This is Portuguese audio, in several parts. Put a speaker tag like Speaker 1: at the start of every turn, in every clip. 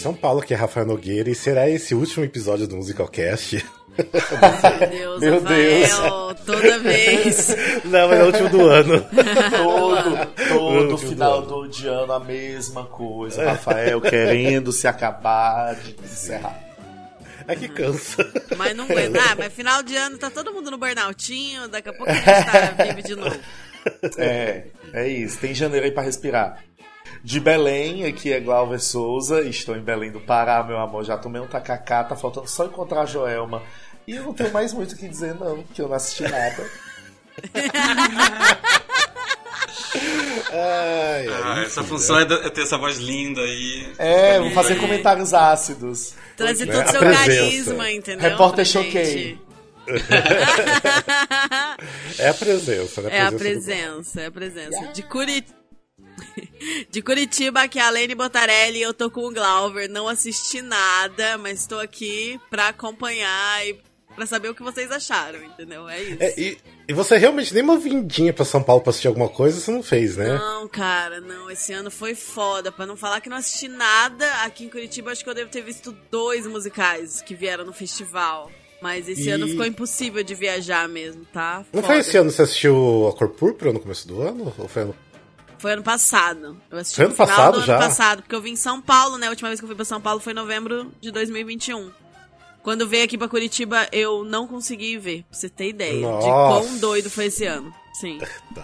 Speaker 1: São Paulo, que é Rafael Nogueira, e será esse o último episódio do Musicalcast?
Speaker 2: Meu Deus, toda vez.
Speaker 1: Não, mas é o último do ano.
Speaker 3: Todo final de ano a mesma coisa. Rafael querendo se acabar de encerrar.
Speaker 1: É que cansa.
Speaker 2: Mas não aguenta. Mas final de ano tá todo mundo no burnoutinho, daqui a pouco a gente tá vivo de novo.
Speaker 3: É isso. Tem janeiro aí pra respirar. De Belém, aqui é Glauber Souza. Estou em Belém do Pará, meu amor. Já tomei um tacacá, tá faltando só encontrar a Joelma. E eu não tenho mais muito o que dizer, não, porque eu não assisti nada.
Speaker 4: Essa função é ter essa voz linda aí.
Speaker 3: Vou fazer comentários ácidos.
Speaker 2: Trazer todo o seu carisma, entendeu?
Speaker 3: Repórter choquei.
Speaker 1: É a presença, né?
Speaker 2: É a presença. De Curitiba, aqui é a Lene Botarelli, eu tô com o Glauber, não assisti nada, mas estou aqui pra acompanhar e pra saber o que vocês acharam, entendeu? É isso.
Speaker 1: E você realmente nem uma vindinha pra São Paulo pra assistir alguma coisa, você não fez, né?
Speaker 2: Não, cara, não. Esse ano foi foda. Pra não falar que não assisti nada, aqui em Curitiba acho que eu devo ter visto 2 musicais que vieram no festival. Mas esse ano ficou impossível de viajar mesmo, tá?
Speaker 1: Não foi esse ano que você assistiu A Cor Púrpura no começo do ano? Ou foi ano...
Speaker 2: Foi ano passado. Eu assisti
Speaker 1: foi
Speaker 2: no final do
Speaker 1: já?
Speaker 2: ano passado, porque eu vim em São Paulo, né? A última vez que eu fui pra São Paulo foi em novembro de 2021. Quando veio aqui pra Curitiba, eu não consegui ver, pra você ter ideia de quão doido foi esse ano. Sim.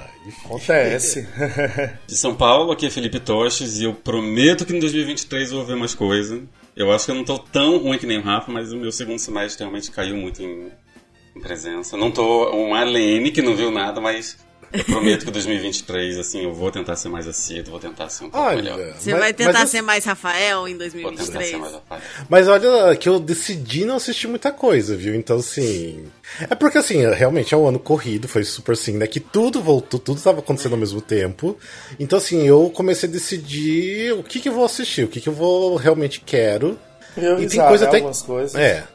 Speaker 3: Acontece.
Speaker 4: De São Paulo, aqui é Felipe Toches, e eu prometo que em 2023 eu vou ver mais coisa. Eu acho que eu não tô tão ruim que nem o Rafa, mas o meu segundo semestre realmente caiu muito em presença. Não tô uma Lene que não viu nada, mas... eu prometo que em 2023, assim, eu vou tentar ser mais assíduo, vou tentar ser um pouco melhor.
Speaker 2: Você vai tentar ser mais Rafael em 2023?
Speaker 4: Vou tentar ser mais Rafael.
Speaker 1: Mas olha que eu decidi não assistir muita coisa, viu? Então, assim... é porque, assim, realmente é um ano corrido, foi super assim, né? Que tudo voltou, tudo estava acontecendo ao mesmo tempo. Então, assim, eu comecei a decidir o que eu vou assistir, o que eu vou realmente quero.
Speaker 3: Priorizar,
Speaker 1: e tem coisa até
Speaker 3: algumas coisas.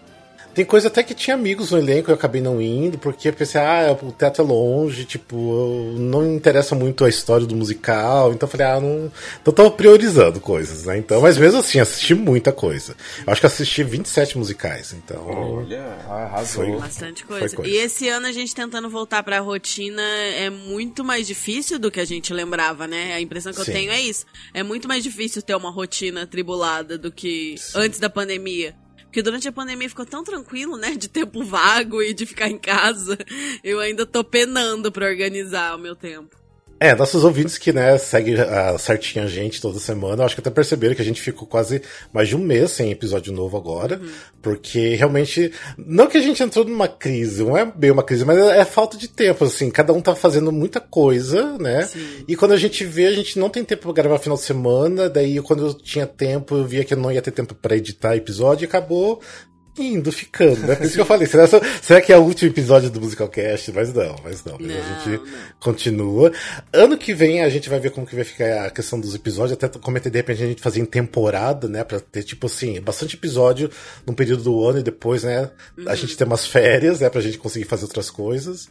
Speaker 1: Tem coisa até que tinha amigos no elenco e eu acabei não indo, porque eu pensei, o teatro é longe, tipo, não me interessa muito a história do musical, então eu falei, não. Então eu tava priorizando coisas, né? Então, mas mesmo assim, assisti muita coisa. Eu acho que assisti 27 musicais, então.
Speaker 3: Olha, arrasou.
Speaker 2: Bastante coisa. E esse ano a gente tentando voltar pra rotina é muito mais difícil do que a gente lembrava, né? A impressão que eu tenho é isso. É muito mais difícil ter uma rotina atribulada do que antes da pandemia. Porque durante a pandemia ficou tão tranquilo, né? De tempo vago e de ficar em casa. Eu ainda tô penando pra organizar o meu tempo.
Speaker 1: Nossos ouvintes que, né, seguem certinho a gente toda semana, eu acho que até perceberam que a gente ficou quase mais de um mês sem episódio novo agora, porque realmente, não que a gente entrou numa crise, não é bem uma crise, mas é falta de tempo, assim, cada um tá fazendo muita coisa, né, e quando a gente vê, a gente não tem tempo pra gravar final de semana, daí quando eu tinha tempo, eu via que eu não ia ter tempo pra editar episódio, e acabou ficando, né? Por isso que eu falei, será que é o último episódio do Musicalcast? Mas não. A gente continua. Ano que vem a gente vai ver como que vai ficar a questão dos episódios. Até comentei de repente a gente fazer em temporada, né? Pra ter, tipo assim, bastante episódio num período do ano e depois, né? A gente ter umas férias, né? Pra gente conseguir fazer outras coisas.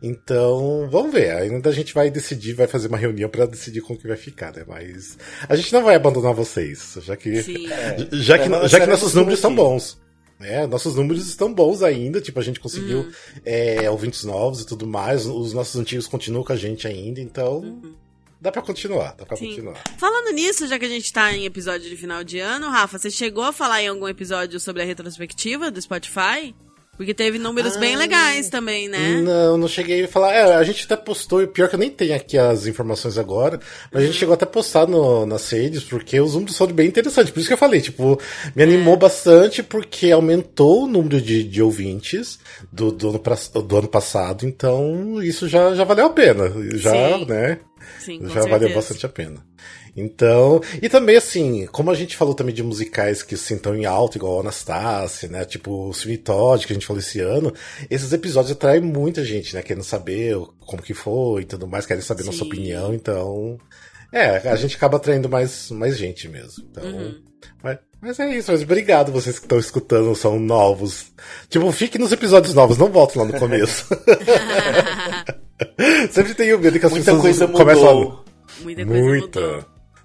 Speaker 1: Então, vamos ver. Ainda a gente vai decidir, vai fazer uma reunião pra decidir como que vai ficar, né? Mas a gente não vai abandonar vocês, já que nossos números são bons. Nossos números estão bons ainda, tipo, a gente conseguiu ouvintes novos e tudo mais, os nossos antigos continuam com a gente ainda, então dá pra continuar,
Speaker 2: Falando nisso, já que a gente tá em episódio de final de ano, Rafa, você chegou a falar em algum episódio sobre a retrospectiva do Spotify? Porque teve números bem legais também, né?
Speaker 1: Não cheguei a falar. A gente até postou, e pior que eu nem tenho aqui as informações agora, mas a gente chegou até a postar nas redes, porque os números são bem interessantes. Por isso que eu falei, tipo, me animou bastante, porque aumentou o número de ouvintes do ano passado, então isso já valeu a pena. Né?
Speaker 2: Sim, com
Speaker 1: já
Speaker 2: certeza.
Speaker 1: valeu bastante a pena. Então, e também assim, como a gente falou também de musicais que assim, estão em alta, igual a Anastácia, né, tipo o Sweeney Todd, que a gente falou esse ano, esses episódios atraem muita gente, né, querendo saber como que foi e tudo mais, querem saber nossa opinião, então, a gente acaba atraindo mais gente mesmo, então, mas é isso, mas obrigado vocês que estão escutando, são novos, tipo, fiquem nos episódios novos, não voltem lá no começo. Sempre tenho medo que as pessoas começam a...
Speaker 2: Muita coisa mudou.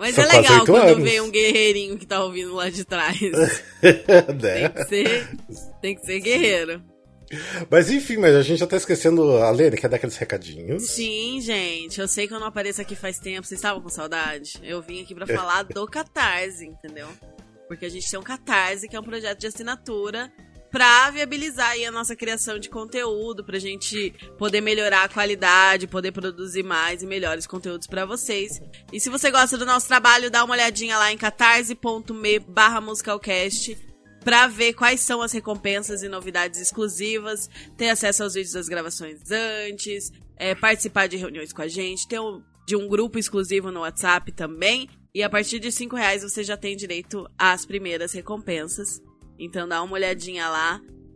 Speaker 2: Mas
Speaker 1: São
Speaker 2: é
Speaker 1: quase
Speaker 2: legal
Speaker 1: 8
Speaker 2: quando
Speaker 1: anos.
Speaker 2: vê um guerreirinho que tá ouvindo lá de trás.
Speaker 1: Né?
Speaker 2: Tem que ser guerreiro.
Speaker 1: Mas enfim, mas a gente já tá esquecendo a Lene, quer dar aqueles recadinhos?
Speaker 2: Sim, gente. Eu sei que eu não apareço aqui faz tempo. Vocês estavam com saudade? Eu vim aqui pra falar do Catarse, entendeu? Porque a gente tem um Catarse, que é um projeto de assinatura pra viabilizar aí a nossa criação de conteúdo, pra gente poder melhorar a qualidade, poder produzir mais e melhores conteúdos pra vocês. E se você gosta do nosso trabalho, dá uma olhadinha lá em catarse.me/musicalcast pra ver quais são as recompensas e novidades exclusivas, ter acesso aos vídeos das gravações antes, participar de reuniões com a gente, de um grupo exclusivo no WhatsApp também, e a partir de R$5 você já tem direito às primeiras recompensas. Então dá uma olhadinha lá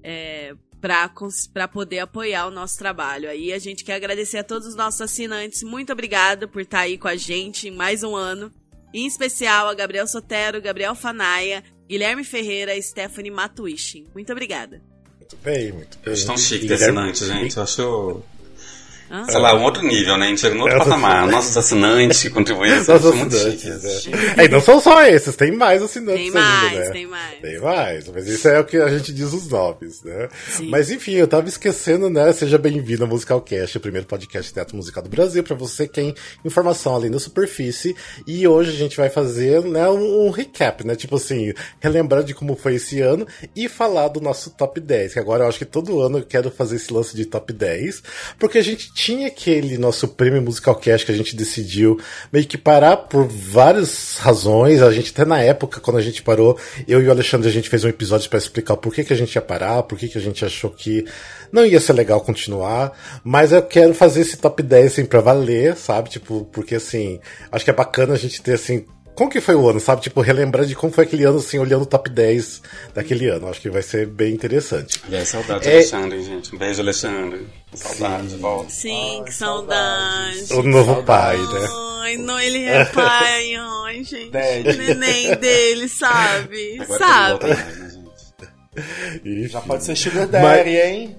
Speaker 2: pra poder apoiar o nosso trabalho. Aí a gente quer agradecer a todos os nossos assinantes, muito obrigada por estar aí com a gente em mais um ano, em especial a Gabriel Sotero, Gabriel Fanaia, Guilherme Ferreira e Stephanie Matuishi. Muito obrigada.
Speaker 1: Muito bem, muito bem.
Speaker 4: Eu estou chique de assinante, gente. Eu acho...
Speaker 2: Ah.
Speaker 4: Sei lá, um outro nível, né? A gente chega no outro patamar. Nossos assinantes que contribuem são muito chiques.
Speaker 1: E não são só esses, tem mais assinantes
Speaker 2: Tem mais,
Speaker 1: ainda, né?
Speaker 2: tem mais.
Speaker 1: Tem mais, mas isso é o que a gente diz os nomes, né?
Speaker 2: Sim.
Speaker 1: Mas enfim, eu tava esquecendo, né? Seja bem-vindo ao Musicalcast, o primeiro podcast de teatro musical do Brasil, pra você que tem informação além da superfície. E hoje a gente vai fazer, né, um recap, né? Tipo assim, relembrar de como foi esse ano e falar do nosso top 10, que agora eu acho que todo ano eu quero fazer esse lance de top 10, porque a gente tinha aquele nosso prêmio Musicalcast que a gente decidiu meio que parar por várias razões. A gente até na época, quando a gente parou, eu e o Alexandre, a gente fez um episódio pra explicar por que a gente ia parar, por que a gente achou que não ia ser legal continuar, mas eu quero fazer esse top 10 assim pra valer, sabe? Tipo, porque assim, acho que é bacana a gente ter assim, como que foi o ano, sabe? Tipo, relembrar de como foi aquele ano, assim, olhando o top 10 daquele ano. Acho que vai ser bem interessante.
Speaker 4: E aí, saudade de Alexandre, gente. Um beijo, Alexandre. Saudade, de volta.
Speaker 2: Sim, que saudade.
Speaker 1: O novo pai, né?
Speaker 2: Ai, não, ele é pai, ai, gente.
Speaker 3: Dad.
Speaker 2: O neném dele, sabe?
Speaker 4: Agora
Speaker 2: Sabe?
Speaker 4: que ele volta, né, gente?
Speaker 1: Enfim.
Speaker 3: Já pode ser Sugar Daddy, hein?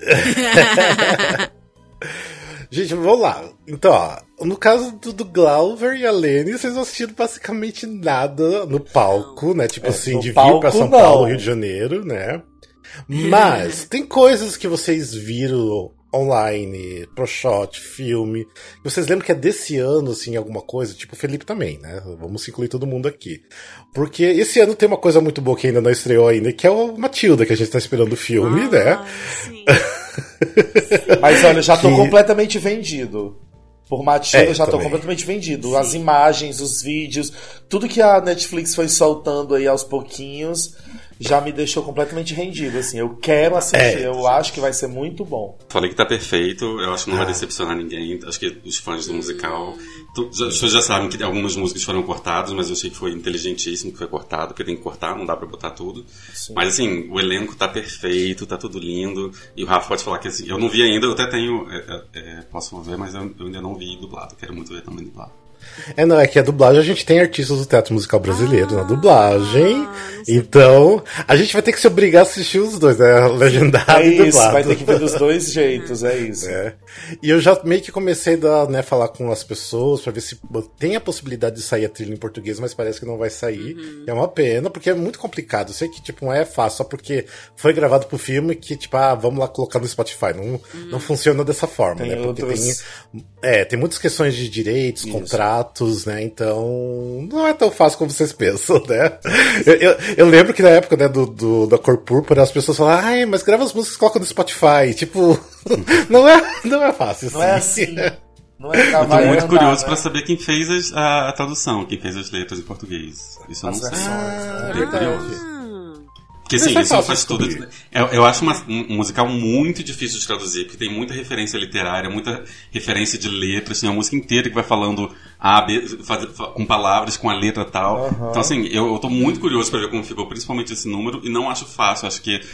Speaker 1: Gente, vamos lá. Então, ó, no caso do Glauber e a Lene, vocês não assistiram basicamente nada no palco, né? Tipo assim, de vir
Speaker 3: palco,
Speaker 1: pra São
Speaker 3: não.
Speaker 1: Paulo, Rio de Janeiro, né? Mas tem coisas que vocês viram online, pro shot, filme. Vocês lembram que é desse ano, assim, alguma coisa? Tipo o Felipe também, né? Vamos incluir todo mundo aqui. Porque esse ano tem uma coisa muito boa que ainda não estreou ainda, que é o Matilda, que a gente tá esperando o filme, né?
Speaker 2: Sim.
Speaker 3: Mas olha, eu já tô completamente vendido. Por Matilda, eu já tô
Speaker 1: também.
Speaker 3: completamente vendido. As imagens, os vídeos, tudo que a Netflix foi soltando aí aos pouquinhos, já me deixou completamente rendido, assim. Eu quero assistir, eu acho que vai ser muito bom.
Speaker 4: Falei que tá perfeito, eu acho que não vai decepcionar ninguém. Acho que os fãs do musical... As pessoas já sabem que algumas músicas foram cortadas, mas eu achei que foi inteligentíssimo que foi cortado, porque tem que cortar, não dá pra botar tudo.
Speaker 3: Sim.
Speaker 4: Mas assim, o elenco tá perfeito, tá tudo lindo. E o Rafa pode falar que assim, eu não vi ainda, eu até tenho... posso ver, mas eu ainda não vi dublado. Quero muito ver também dublado.
Speaker 1: Não, é que a dublagem, a gente tem artistas do teatro musical brasileiro na dublagem, então a gente vai ter que se obrigar a assistir os dois, né, legendado e
Speaker 3: É isso,
Speaker 1: dublado.
Speaker 3: vai ter que ver dos dois jeitos, é isso.
Speaker 1: É. E eu já meio que comecei a falar com as pessoas pra ver se tem a possibilidade de sair a trilha em português, mas parece que não vai sair. É uma pena, porque é muito complicado. Eu sei que tipo, não é fácil, só porque foi gravado pro filme que, tipo, vamos lá colocar no Spotify. Não funciona dessa forma,
Speaker 3: Tem
Speaker 1: né? Porque
Speaker 3: outros...
Speaker 1: tem muitas questões de direitos, contratos, né? Então não é tão fácil como vocês pensam, né? Eu lembro que na época, né, da Cor Púrpura, as pessoas falavam, ai, mas grava as músicas e coloca no Spotify. Tipo, não é fácil.
Speaker 3: Não é assim. Não é
Speaker 4: Eu tô muito curioso
Speaker 3: né?
Speaker 4: pra saber quem fez a tradução, quem fez as letras em português. Isso eu não sei.
Speaker 3: versões,
Speaker 4: Bem curioso. Porque assim,
Speaker 1: Isso é
Speaker 4: isso não
Speaker 1: fácil
Speaker 4: faz tudo.
Speaker 1: descobrir.
Speaker 4: Eu acho um musical muito difícil de traduzir, porque tem muita referência literária, muita referência de letras, assim, uma música inteira que vai falando A, B, com palavras, com a letra tal. Então assim, eu tô muito curioso pra ver como ficou, principalmente esse número, e não acho fácil, acho que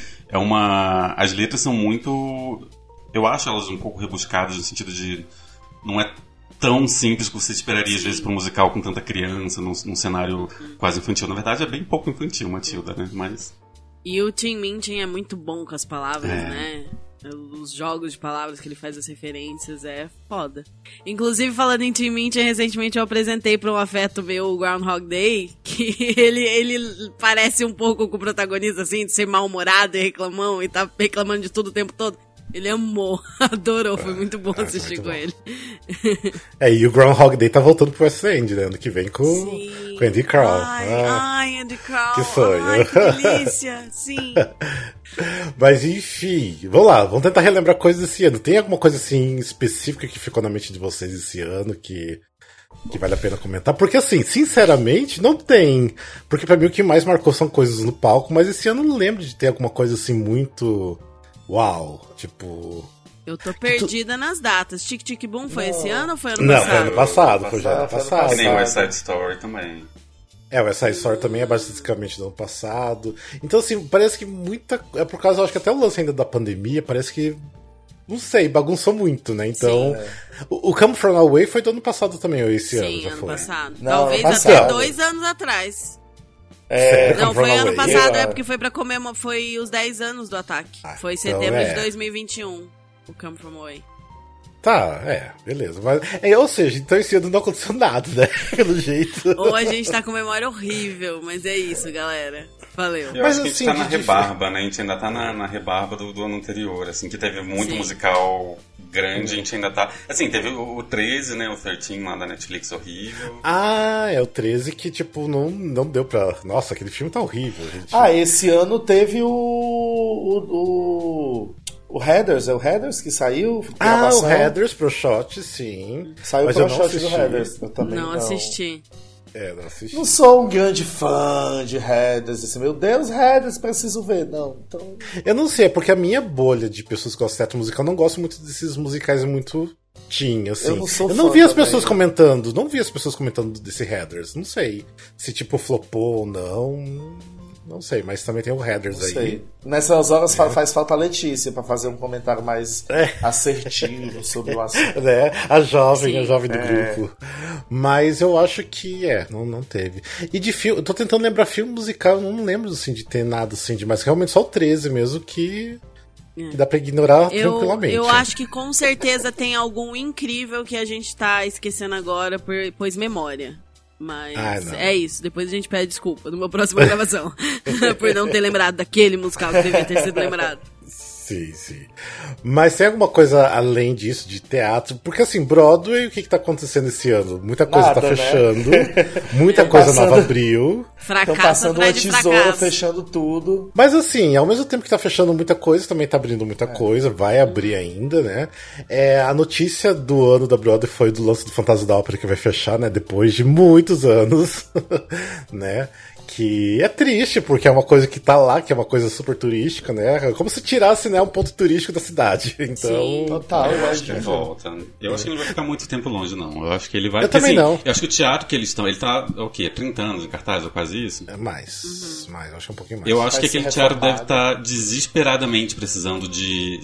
Speaker 4: as letras são muito... Eu acho elas um pouco rebuscadas, no sentido de... Não é tão simples como você esperaria, às vezes, pra um musical com tanta criança, num cenário quase infantil. Na verdade, é bem pouco infantil, Matilda, né? Mas...
Speaker 2: E o Tim Minchin é muito bom com as palavras, né? Os jogos de palavras que ele faz, as referências, é foda. Inclusive, falando em Tim Minchin, recentemente eu apresentei pra um afeto meu o Groundhog Day, que ele parece um pouco com o protagonista, assim, de ser mal-humorado e reclamão, e tá reclamando de tudo o tempo todo. Ele amou, adorou, foi muito bom assistir com ele.
Speaker 1: E o Groundhog Day tá voltando pro West End, né? Ano que vem com Andy Crowell.
Speaker 2: Ai, Andy Crowell.
Speaker 1: Que sonho.
Speaker 2: Ai, que delícia, sim.
Speaker 1: Mas enfim, vamos lá, vamos tentar relembrar coisas desse ano. Tem alguma coisa assim específica que ficou na mente de vocês esse ano que vale a pena comentar? Porque assim, sinceramente, não tem. Porque pra mim o que mais marcou são coisas no palco, mas esse ano eu não lembro de ter alguma coisa assim muito... Uau, tipo...
Speaker 2: Eu tô perdida nas datas. Tic Tic Boom foi esse ano ou foi ano
Speaker 1: não,
Speaker 2: passado?
Speaker 1: Foi ano passado, foi já ano passado.
Speaker 4: Nem o West Side Story também.
Speaker 1: O West Side Story também é basicamente do ano passado. Então, assim, parece que muita... É por causa, eu acho que até o lance ainda da pandemia, parece que... Não sei, bagunçou muito, né? Então, o Come From Away foi do ano passado também, ou esse ano já
Speaker 2: ano
Speaker 1: foi?
Speaker 2: Passado.
Speaker 3: Não,
Speaker 2: talvez
Speaker 3: ano
Speaker 2: até
Speaker 3: passado.
Speaker 2: 2 anos atrás.
Speaker 1: Sério,
Speaker 2: não, foi ano
Speaker 1: Away.
Speaker 2: passado, porque foi pra comemorar, foi os 10 anos do ataque. Foi setembro de 2021, o Come From Away.
Speaker 1: Tá, beleza. Mas, ou seja, então esse ano não aconteceu nada, né? Pelo jeito.
Speaker 2: Ou a gente tá com memória horrível, mas é isso, galera. Valeu.
Speaker 4: Eu acho que a gente tá na rebarba, né? A gente ainda tá na rebarba do ano anterior, assim, que teve muito musical grande, a gente ainda tá... Assim, teve o 13, né? O 13 lá da Netflix, horrível.
Speaker 1: É o 13 que, tipo, não deu pra... Nossa, aquele filme tá horrível, gente.
Speaker 3: Esse ano teve o Heathers, é o Heathers que saiu?
Speaker 1: O Heathers pro shot, sim.
Speaker 3: Saiu
Speaker 1: mas
Speaker 3: pro shot do Heathers. Eu também
Speaker 2: não assisti.
Speaker 1: Não assisti.
Speaker 3: Não sou um grande fã de Heathers. Assim, meu Deus, Heathers, preciso ver. Não, então...
Speaker 1: Eu não sei, é porque a minha bolha de pessoas que gostam de teatro musical não gosto muito desses musicais muito teen, assim. Eu não vi as pessoas comentando, desse Heathers. Não sei se, tipo, flopou ou não. Não sei, mas também tem o Heathers aí.
Speaker 3: Sei. Nessas horas faz falta a Letícia pra fazer um comentário mais assertivo sobre o assunto.
Speaker 1: A jovem do grupo. Mas eu acho que não teve. E de filme, eu tô tentando lembrar filme musical, eu não lembro assim, de ter nada assim demais. Realmente só o 13 mesmo que dá pra ignorar tranquilamente.
Speaker 2: Eu acho que com certeza tem algum incrível que a gente tá esquecendo agora, pois memória. Mas é isso, depois a gente pede desculpa numa próxima gravação por não ter lembrado daquele musical que devia ter sido lembrado.
Speaker 1: Sim. Mas tem alguma coisa além disso, de teatro? Porque assim, Broadway, o que tá acontecendo esse ano? Muita coisa tá fechando, muita coisa nova abriu.
Speaker 3: Estão passando uma tesoura, fechando tudo.
Speaker 1: Mas assim, ao mesmo tempo que tá fechando muita coisa, também tá abrindo muita coisa, vai abrir ainda, né? A notícia do ano da Broadway foi do lance do Fantasma da Ópera que vai fechar, né? Depois de muitos anos, né? Que é triste, porque é uma coisa que tá lá, que é uma coisa super turística, né? Como se tirasse, né, um ponto turístico da cidade. Então.
Speaker 2: Sim.
Speaker 3: Total,
Speaker 4: eu acho que ele volta. Eu acho que ele não vai ficar muito tempo longe, não. Eu acho que ele vai.
Speaker 1: Eu também não.
Speaker 4: Eu acho que o teatro que eles estão. Ele tá, o quê? 30 anos em cartaz ou quase isso?
Speaker 1: Mais. Acho que um pouquinho mais.
Speaker 4: Eu acho que aquele teatro deve estar desesperadamente precisando de.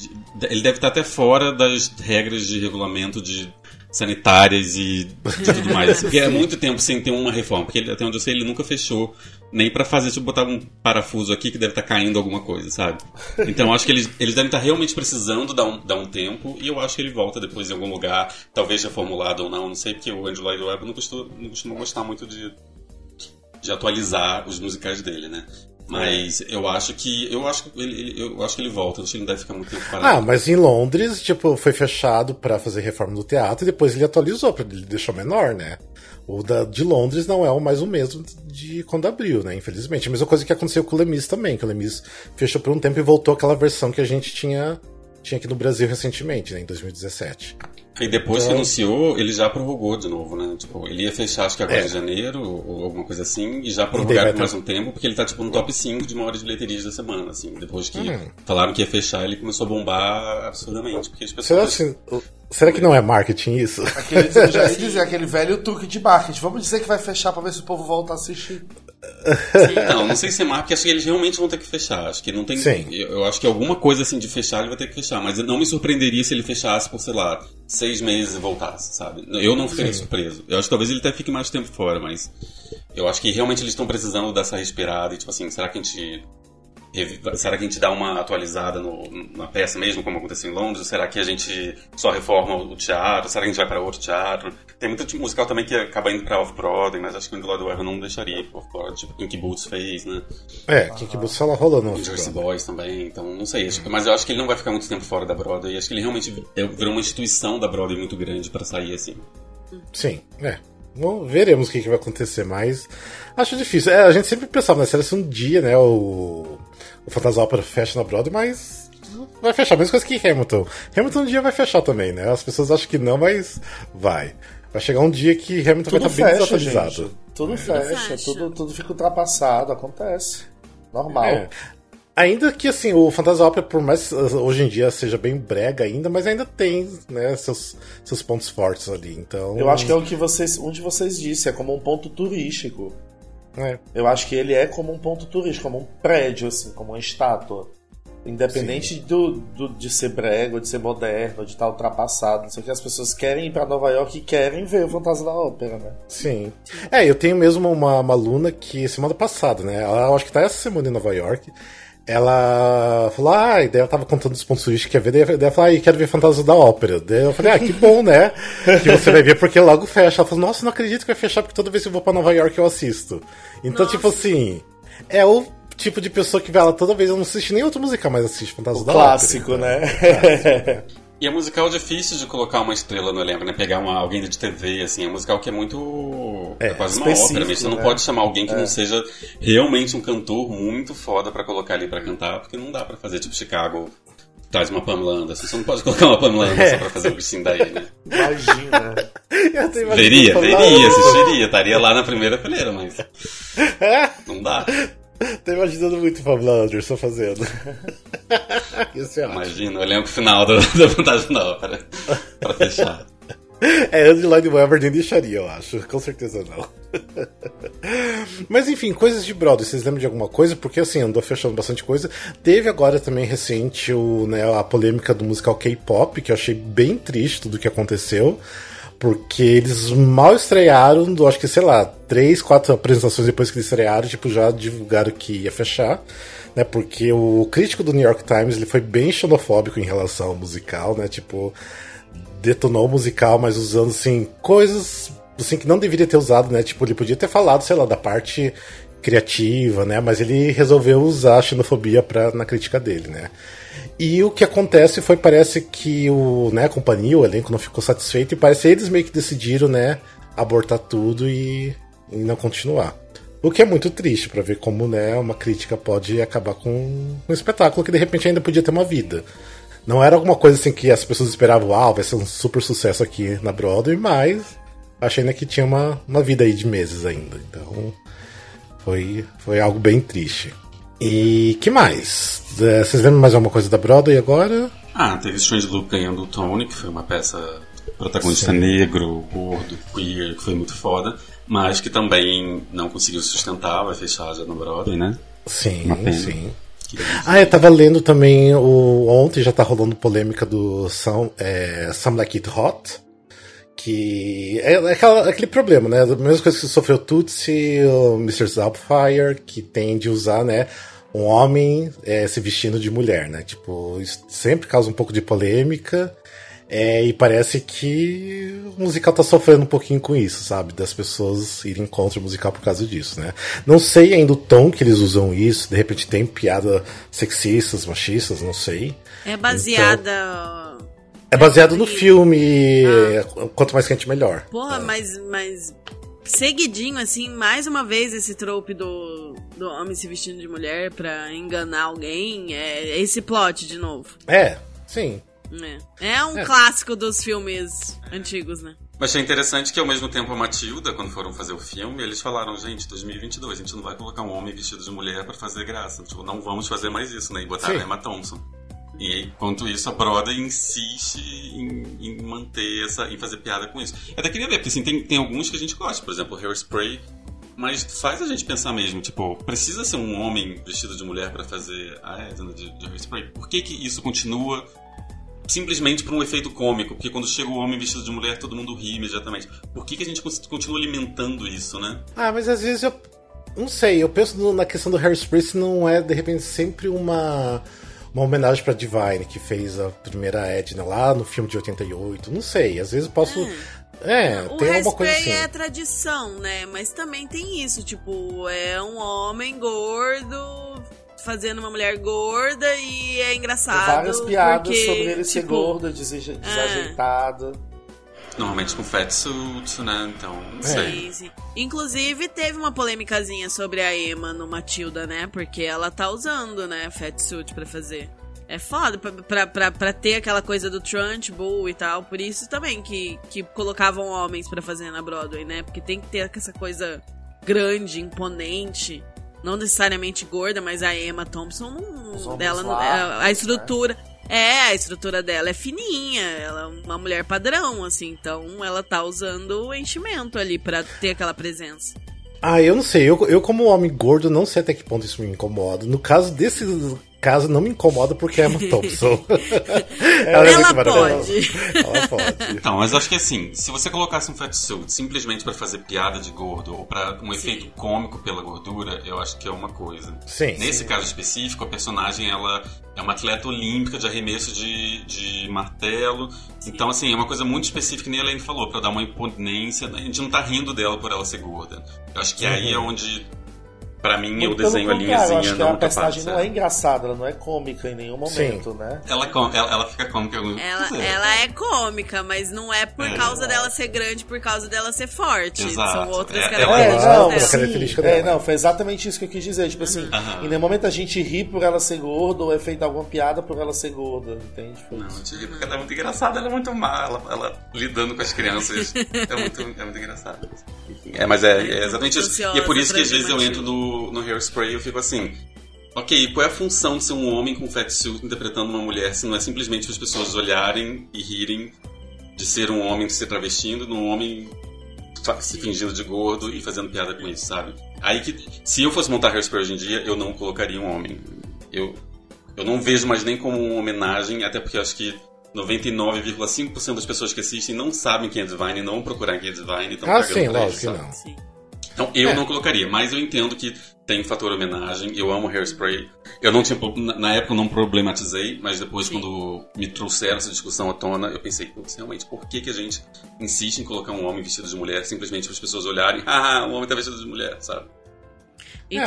Speaker 4: Ele deve estar até fora das regras de regulamento de sanitárias e de tudo mais. Assim, porque é muito tempo sem ter uma reforma. Porque até onde eu sei, ele nunca fechou nem pra fazer, tipo, botar um parafuso aqui que deve estar caindo alguma coisa, sabe? Então acho que eles devem estar realmente precisando dar um tempo, e eu acho que ele volta depois em algum lugar, talvez reformulado ou não sei, porque o Andrew Lloyd Webber não costuma gostar muito de atualizar os musicais dele, né? Mas eu acho que ele volta, eu acho que ele não deve ficar muito tempo parado.
Speaker 1: Mas em Londres, tipo, foi fechado pra fazer reforma do teatro e depois ele atualizou, ele deixou menor, né? O de Londres não é mais o mesmo de quando abriu, né? Infelizmente. A mesma coisa que aconteceu com o Lemis também, que o Lemis fechou por um tempo e voltou àquela versão que a gente tinha aqui no Brasil recentemente, né? Em 2017.
Speaker 4: E depois que anunciou, ele já prorrogou de novo, né? Tipo, ele ia fechar, acho que agora em janeiro, ou alguma coisa assim, e já prorrogaram por mais um tempo, porque ele tá, tipo, no top 5 de maiores bilheterias da semana, assim. Depois que falaram que ia fechar, ele começou a bombar absurdamente, porque as pessoas...
Speaker 1: Será que não é marketing isso?
Speaker 3: Eu já ia dizer, aquele velho truque de marketing. Vamos dizer que vai fechar pra ver se o povo volta a assistir.
Speaker 4: Não sei se é marketing, acho que eles realmente vão ter que fechar. Acho que não tem.
Speaker 1: Sim.
Speaker 4: Eu acho que alguma coisa assim de fechar ele vai ter que fechar, mas não me surpreenderia se ele fechasse por, sei lá, 6 meses e voltasse, sabe? Eu não ficaria surpreso. Eu acho que talvez ele até fique mais tempo fora, mas eu acho que realmente eles estão precisando dessa respirada e, tipo assim, será que a gente será que a gente dá uma atualizada na peça mesmo, como aconteceu em Londres? Será que a gente só reforma o teatro? Será que a gente vai para outro teatro? Tem muito musical também que acaba indo pra Off-Broadway, mas acho que o Lado do Erro não deixaria Off-Broadway, tipo Kinky Boots fez, né?
Speaker 1: Kinky Boots ela rola no
Speaker 4: Jersey Boys também, então não sei. Mas eu acho que ele não vai ficar muito tempo fora da Broadway. Acho que ele realmente virou uma instituição da Broadway muito grande pra sair assim.
Speaker 1: Sim, Bom, veremos o que vai acontecer, mas acho difícil. A gente sempre pensava, né? Se um dia, né, o Fantasma Ópera fecha na Broadway, mas vai fechar. Mesma coisa que Hamilton. Hamilton um dia vai fechar também, né? As pessoas acham que não, mas vai. Vai chegar um dia que Hamilton vai estar bem desatualizado.
Speaker 3: Gente. Tudo fecha, tudo fica ultrapassado, acontece. Normal.
Speaker 1: Ainda que, assim, o Fantasma Ópera, por mais hoje em dia seja bem brega ainda, mas ainda tem, né, seus pontos fortes ali, então...
Speaker 3: Eu acho que é um de vocês disse, é como um ponto turístico. Eu acho que ele é como um ponto turístico, como um prédio, assim, como uma estátua. Independente de ser brega, de ser moderno, de estar ultrapassado, não sei o que, as pessoas querem ir pra Nova York e querem ver o Fantasma da Ópera, né?
Speaker 1: Sim. Eu tenho mesmo uma aluna que, semana passada, né, ela acho que tá essa semana em Nova York... Ela falou, daí ela tava contando os pontos turísticos que ia ver, daí ela falou, quero ver Fantasma da Ópera. Daí eu falei, que bom, né? Que você vai ver porque logo fecha. Ela falou, nossa, não acredito que vai fechar porque toda vez que eu vou pra Nova York eu assisto. Então, tipo assim, é o tipo de pessoa que vai lá toda vez, eu não assiste nem outro musical, mas assiste Fantasma da
Speaker 3: clássico,
Speaker 1: Ópera.
Speaker 3: Né?
Speaker 4: E é musical difícil de colocar uma estrela no elenco, né? Pegar alguém de TV, assim. É um musical que é muito... É quase uma ópera mesmo. Você não pode chamar alguém que não seja realmente um cantor muito foda pra colocar ali pra cantar, porque não dá pra fazer, tipo, Chicago traz uma Pamela Anderson. Você não pode colocar uma Pamela Anderson pra fazer o bichinho daí, né?
Speaker 3: Imagina.
Speaker 4: Veria, assistiria. Estaria lá na primeira fileira, mas... Não dá.
Speaker 1: Tô imaginando muito o Pamela Anderson fazendo.
Speaker 4: Imagina o elenco final da Fantasma da Ópera pra fechar.
Speaker 1: Andrew Lloyd Webber nem deixaria, eu acho. Com certeza não. Mas enfim, coisas de Broadway. Vocês lembram de alguma coisa? Porque assim, andou fechando bastante coisa. Teve agora também recente a polêmica do musical K-pop, que eu achei bem triste tudo que aconteceu. Porque eles mal estrearam, acho que, 3, 4 apresentações depois que eles estrearam, já divulgaram que ia fechar, né? Porque o crítico do New York Times, ele foi bem xenofóbico em relação ao musical, né? Detonou o musical, mas usando, assim, coisas, assim, que não deveria ter usado, né? Ele podia ter falado, da parte criativa, né? Mas ele resolveu usar a xenofobia na crítica dele, né? E o que acontece parece que a companhia, o elenco não ficou satisfeito e parece que eles meio que decidiram, né, abortar tudo e não continuar. O que é muito triste pra ver como, né, uma crítica pode acabar com um espetáculo que de repente ainda podia ter uma vida. Não era alguma coisa assim que as pessoas esperavam, vai ser um super sucesso aqui na Broadway, mas achei ainda que tinha uma vida aí de meses ainda. Então foi algo bem triste. E que mais? Vocês lembram mais alguma coisa da Broadway agora?
Speaker 4: Teve Strange Loop ganhando o Tony, que foi uma peça protagonista negro, gordo, queer, que foi muito foda, mas que também não conseguiu sustentar, vai fechar já no Broadway, né?
Speaker 1: Sim, sim. Eu tava lendo também, ontem já tá rolando polêmica do Some Like It Hot, que é aquele problema, né? A mesma coisa que sofreu Tootsie, o Mr. Doubtfire, que tem de usar, né, um homem se vestindo de mulher, né? Isso sempre causa um pouco de polêmica, e parece que o musical tá sofrendo um pouquinho com isso, sabe? Das pessoas irem contra o musical por causa disso, né? Não sei ainda o tom que eles usam isso, de repente tem piada sexistas, machistas, não sei.
Speaker 2: É baseada...
Speaker 1: É baseado no filme, quanto mais quente, melhor.
Speaker 2: Porra, mas seguidinho, assim, mais uma vez esse trope do homem se vestindo de mulher pra enganar alguém, é esse plot de novo.
Speaker 1: Sim.
Speaker 2: É um clássico dos filmes antigos, né?
Speaker 4: Mas achei interessante que ao mesmo tempo a Matilda, quando foram fazer o filme, eles falaram, gente, 2022, a gente não vai colocar um homem vestido de mulher pra fazer graça. Não vamos fazer mais isso, né? E botaram a Emma Thompson. E enquanto isso, a Broadway insiste em manter em fazer piada com isso. Eu até queria ver, porque assim, tem alguns que a gente gosta, por exemplo, Hairspray, mas faz a gente pensar mesmo, precisa ser um homem vestido de mulher pra fazer a Edna de Hairspray? Por que isso continua simplesmente por um efeito cômico? Porque quando chega o homem vestido de mulher, todo mundo ri imediatamente. Por que a gente continua alimentando isso, né?
Speaker 1: Mas às vezes Não sei, eu penso na questão do Hairspray, se não é, de repente, sempre uma homenagem pra Divine, que fez a primeira Edna lá no filme de 88. Não sei, às vezes eu posso... tem alguma coisa assim.
Speaker 2: O Hairspray é tradição, né? Mas também tem isso, tipo, é um homem gordo fazendo uma mulher gorda e é engraçado.
Speaker 3: Tem várias piadas
Speaker 2: porque,
Speaker 3: sobre ele ser
Speaker 2: tipo,
Speaker 3: gordo, desajeitado.
Speaker 4: Normalmente com fatsuit, né? Então, não sei.
Speaker 2: Sim. Inclusive, teve uma polêmicazinha sobre a Emma no Matilda, né? Porque ela tá usando, né, fatsuit pra fazer. É foda pra ter aquela coisa do Trunchbull e tal. Por isso também que colocavam homens pra fazer na Broadway, né? Porque tem que ter essa coisa grande, imponente. Não necessariamente gorda, mas a Emma Thompson, a estrutura... Né? A estrutura dela é fininha, ela é uma mulher padrão, assim, então ela tá usando o enchimento ali pra ter aquela presença.
Speaker 1: Eu não sei, eu como homem gordo, não sei até que ponto isso me incomoda. No caso desse caso, não me incomoda porque é Emma Thompson.
Speaker 2: Ela pode.
Speaker 1: Ela pode.
Speaker 4: Então, mas acho que assim, se você colocasse um fatsuit simplesmente pra fazer piada de gordo ou pra um efeito cômico pela gordura, eu acho que é uma coisa.
Speaker 1: Sim.
Speaker 4: Nesse caso específico, a personagem ela é uma atleta olímpica de arremesso de martelo. Sim. Então, assim, é uma coisa muito específica, que nem a Elaine falou, pra dar uma imponência. A gente não tá rindo dela por ela ser gorda. Eu acho que aí é onde... Pra mim, o desenho, a linhazinha,
Speaker 3: eu acho que
Speaker 4: não
Speaker 3: a personagem não é engraçada, ela não é cômica em nenhum momento, né?
Speaker 4: Ela fica cômica.
Speaker 2: Ela é cômica, mas não é por causa dela ser grande, por causa dela ser forte.
Speaker 4: Exato.
Speaker 2: São outras características
Speaker 1: dela.
Speaker 3: Foi exatamente isso que eu quis dizer. Tipo assim, em nenhum momento a gente ri por ela ser gorda ou é feita alguma piada por ela ser gorda, entende?
Speaker 4: Não, a gente ri porque ela é muito engraçada, ela é muito má, ela lidando com as crianças é muito engraçada. Mas é exatamente isso. E é por isso que às vezes eu entro no Hairspray e eu fico assim, ok, qual é a função de ser um homem com fatsuit interpretando uma mulher se não é simplesmente para as pessoas olharem e rirem de ser um homem se travestindo num homem se fingindo de gordo e fazendo piada com isso, sabe? Aí que, se eu fosse montar Hairspray hoje em dia, eu não colocaria um homem. Eu não vejo mais nem como uma homenagem, até porque eu acho que 99,5% das pessoas que assistem não sabem quem é Divine e não vão procurar quem é Divine.
Speaker 1: Sim, lógico que não.
Speaker 2: Sim.
Speaker 4: Então eu não colocaria, mas eu entendo que tem fator homenagem, eu amo Hairspray. Eu não tinha, na época eu não problematizei, mas depois quando me trouxeram essa discussão à tona, eu pensei, realmente, por que a gente insiste em colocar um homem vestido de mulher simplesmente para as pessoas olharem, um homem tá vestido de mulher, sabe?
Speaker 2: E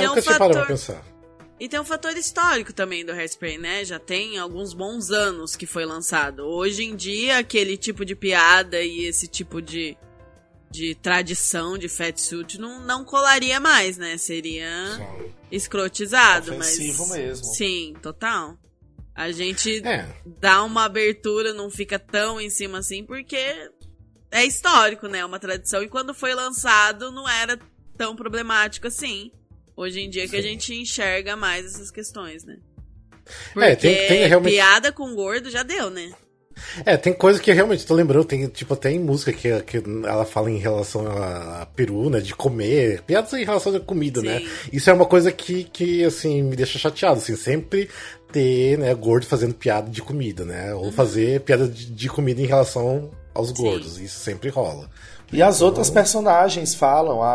Speaker 2: tem um fator histórico também do Hairspray, né? Já tem alguns bons anos que foi lançado. Hoje em dia, aquele tipo de piada e esse tipo de tradição de fatsuit não colaria mais, né? Seria escrotizado.
Speaker 3: Ofensivo mesmo.
Speaker 2: Sim, total. A gente dá uma abertura, não fica tão em cima assim, porque é histórico, né? É uma tradição. E quando foi lançado, não era tão problemático assim. Hoje em dia que a gente enxerga mais essas questões, né? Porque
Speaker 1: tem realmente...
Speaker 2: piada com gordo já deu, né?
Speaker 1: Tem coisa que realmente, tô lembrando, tem música que ela fala em relação a peru, né, de comer, piadas em relação à comida, né? Isso é uma coisa que assim, me deixa chateado, assim, sempre ter, né, gordo fazendo piada de comida, né? Ou fazer piada de comida em relação aos gordos, isso sempre rola.
Speaker 3: E as outras personagens falam,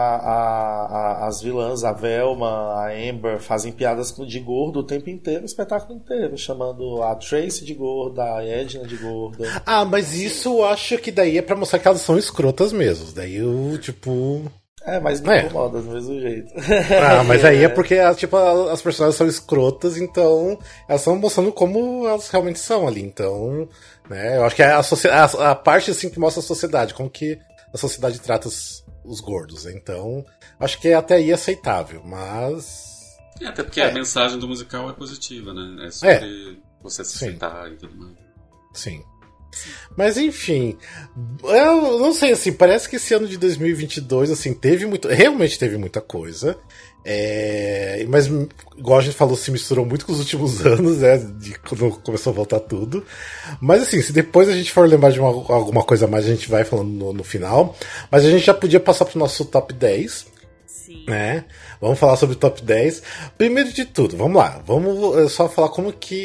Speaker 3: as vilãs, a Velma, a Amber, fazem piadas de gordo o tempo inteiro, o espetáculo inteiro, chamando a Tracy de gorda, a Edna de gorda.
Speaker 1: Mas isso eu acho que daí é pra mostrar que elas são escrotas mesmo. Daí eu,
Speaker 3: mas me incomoda do mesmo jeito.
Speaker 1: Mas aí é porque as personagens são escrotas, então elas estão mostrando como elas realmente são ali. Então, né, eu acho que é a parte assim que mostra a sociedade, como que a sociedade trata os gordos. Então, acho que até aí é aceitável, mas...
Speaker 4: até porque a mensagem do musical é positiva, né? É sobre você se aceitar e tudo mais.
Speaker 1: Sim. Mas, enfim, eu não sei, assim, parece que esse ano de 2022, assim, realmente teve muita coisa. Mas, igual a gente falou, se misturou muito com os últimos anos, né? De quando começou a voltar tudo. Mas, assim, se depois a gente for lembrar de alguma coisa a mais, a gente vai falando no final. Mas a gente já podia passar pro nosso top 10.
Speaker 2: Sim.
Speaker 1: Né? Vamos falar sobre o top 10. Primeiro de tudo, vamos lá. Vamos só falar como que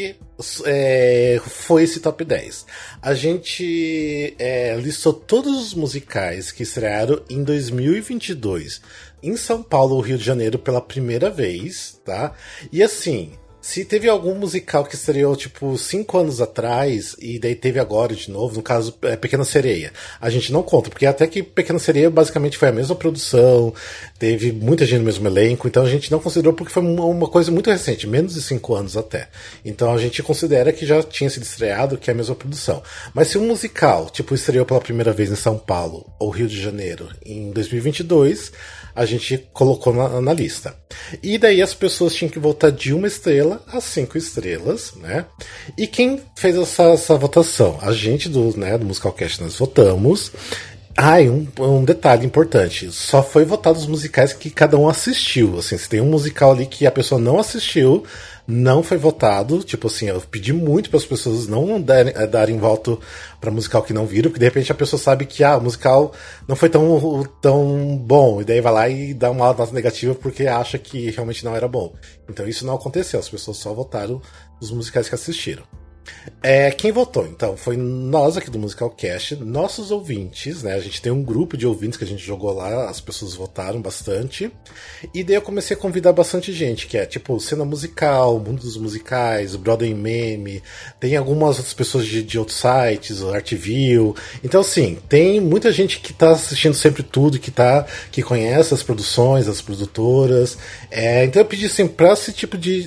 Speaker 1: foi esse top 10. A gente listou todos os musicais que estrearam em 2022 em São Paulo ou Rio de Janeiro pela primeira vez, tá? E assim, se teve algum musical que estreou, tipo, 5 anos atrás, e daí teve agora de novo, no caso, Pequena Sereia, a gente não conta, porque até que Pequena Sereia basicamente foi a mesma produção, teve muita gente no mesmo elenco, então a gente não considerou porque foi uma coisa muito recente, menos de 5 anos até. Então a gente considera que já tinha sido estreado, que é a mesma produção. Mas se um musical, tipo, estreou pela primeira vez em São Paulo ou Rio de Janeiro em 2022, a gente colocou na lista. E daí as pessoas tinham que votar de 1 estrela a 5 estrelas, né? E quem fez essa votação? A gente do Musicalcast, nós votamos. E um detalhe importante, só foi votado os musicais que cada um assistiu. Assim, se tem um musical ali que a pessoa não assistiu, não foi votado. Tipo assim, eu pedi muito para as pessoas não darem voto para musical que não viram, porque de repente a pessoa sabe que o musical não foi tão bom, e daí vai lá e dá uma nota negativa porque acha que realmente não era bom. Então isso não aconteceu, as pessoas só votaram os musicais que assistiram. Quem votou, então, foi nós aqui do Musicalcast, nossos ouvintes, né? A gente tem um grupo de ouvintes que a gente jogou lá, as pessoas votaram bastante. E daí eu comecei a convidar bastante gente, que é tipo Cena Musical, Mundo dos Musicais, Broadway Meme, tem algumas outras pessoas de outros sites, o Artview. Então, assim, tem muita gente que tá assistindo sempre tudo, que conhece as produções, as produtoras. Então eu pedi assim, pra esse tipo de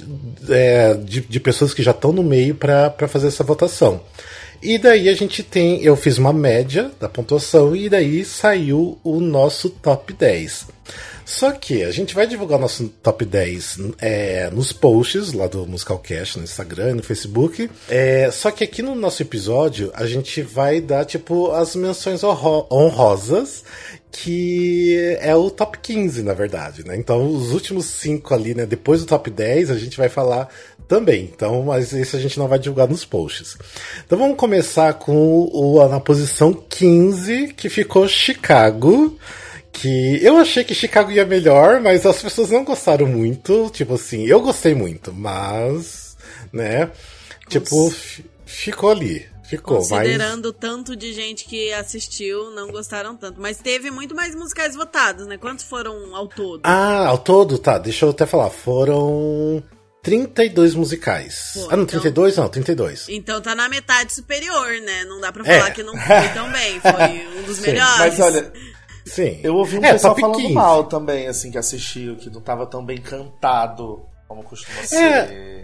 Speaker 1: pessoas que já estão no meio pra fazer essa votação. E daí eu fiz uma média da pontuação e daí saiu o nosso top 10. Só que a gente vai divulgar nosso top 10 nos posts lá do Musicalcast, no Instagram e no Facebook. Só que aqui no nosso episódio a gente vai dar tipo as menções honrosas, que é o top 15, na verdade, né? Então os últimos 5 ali, né, depois do top 10, a gente vai falar também. Então, mas esse a gente não vai divulgar nos posts. Então vamos começar com na posição 15, que ficou Chicago. Que eu achei que Chicago ia melhor, mas as pessoas não gostaram muito. Tipo assim, eu gostei muito, mas, né? Tipo, ficou ali.
Speaker 2: Considerando o tanto de gente que assistiu, não gostaram tanto. Mas teve muito mais musicais votados, né? Quantos foram ao todo?
Speaker 1: Ao todo, tá. Deixa eu até falar. Foram 32 musicais.
Speaker 2: Pô,
Speaker 1: não, 32? Não, 32.
Speaker 2: Então tá na metade superior, né? Não dá pra falar que não foi tão bem. Foi um dos melhores.
Speaker 3: Mas olha...
Speaker 1: Sim.
Speaker 3: Eu ouvi um pessoal falando
Speaker 1: 15.
Speaker 3: mal também, assim, que assistiu, que não tava tão bem cantado como costuma ser.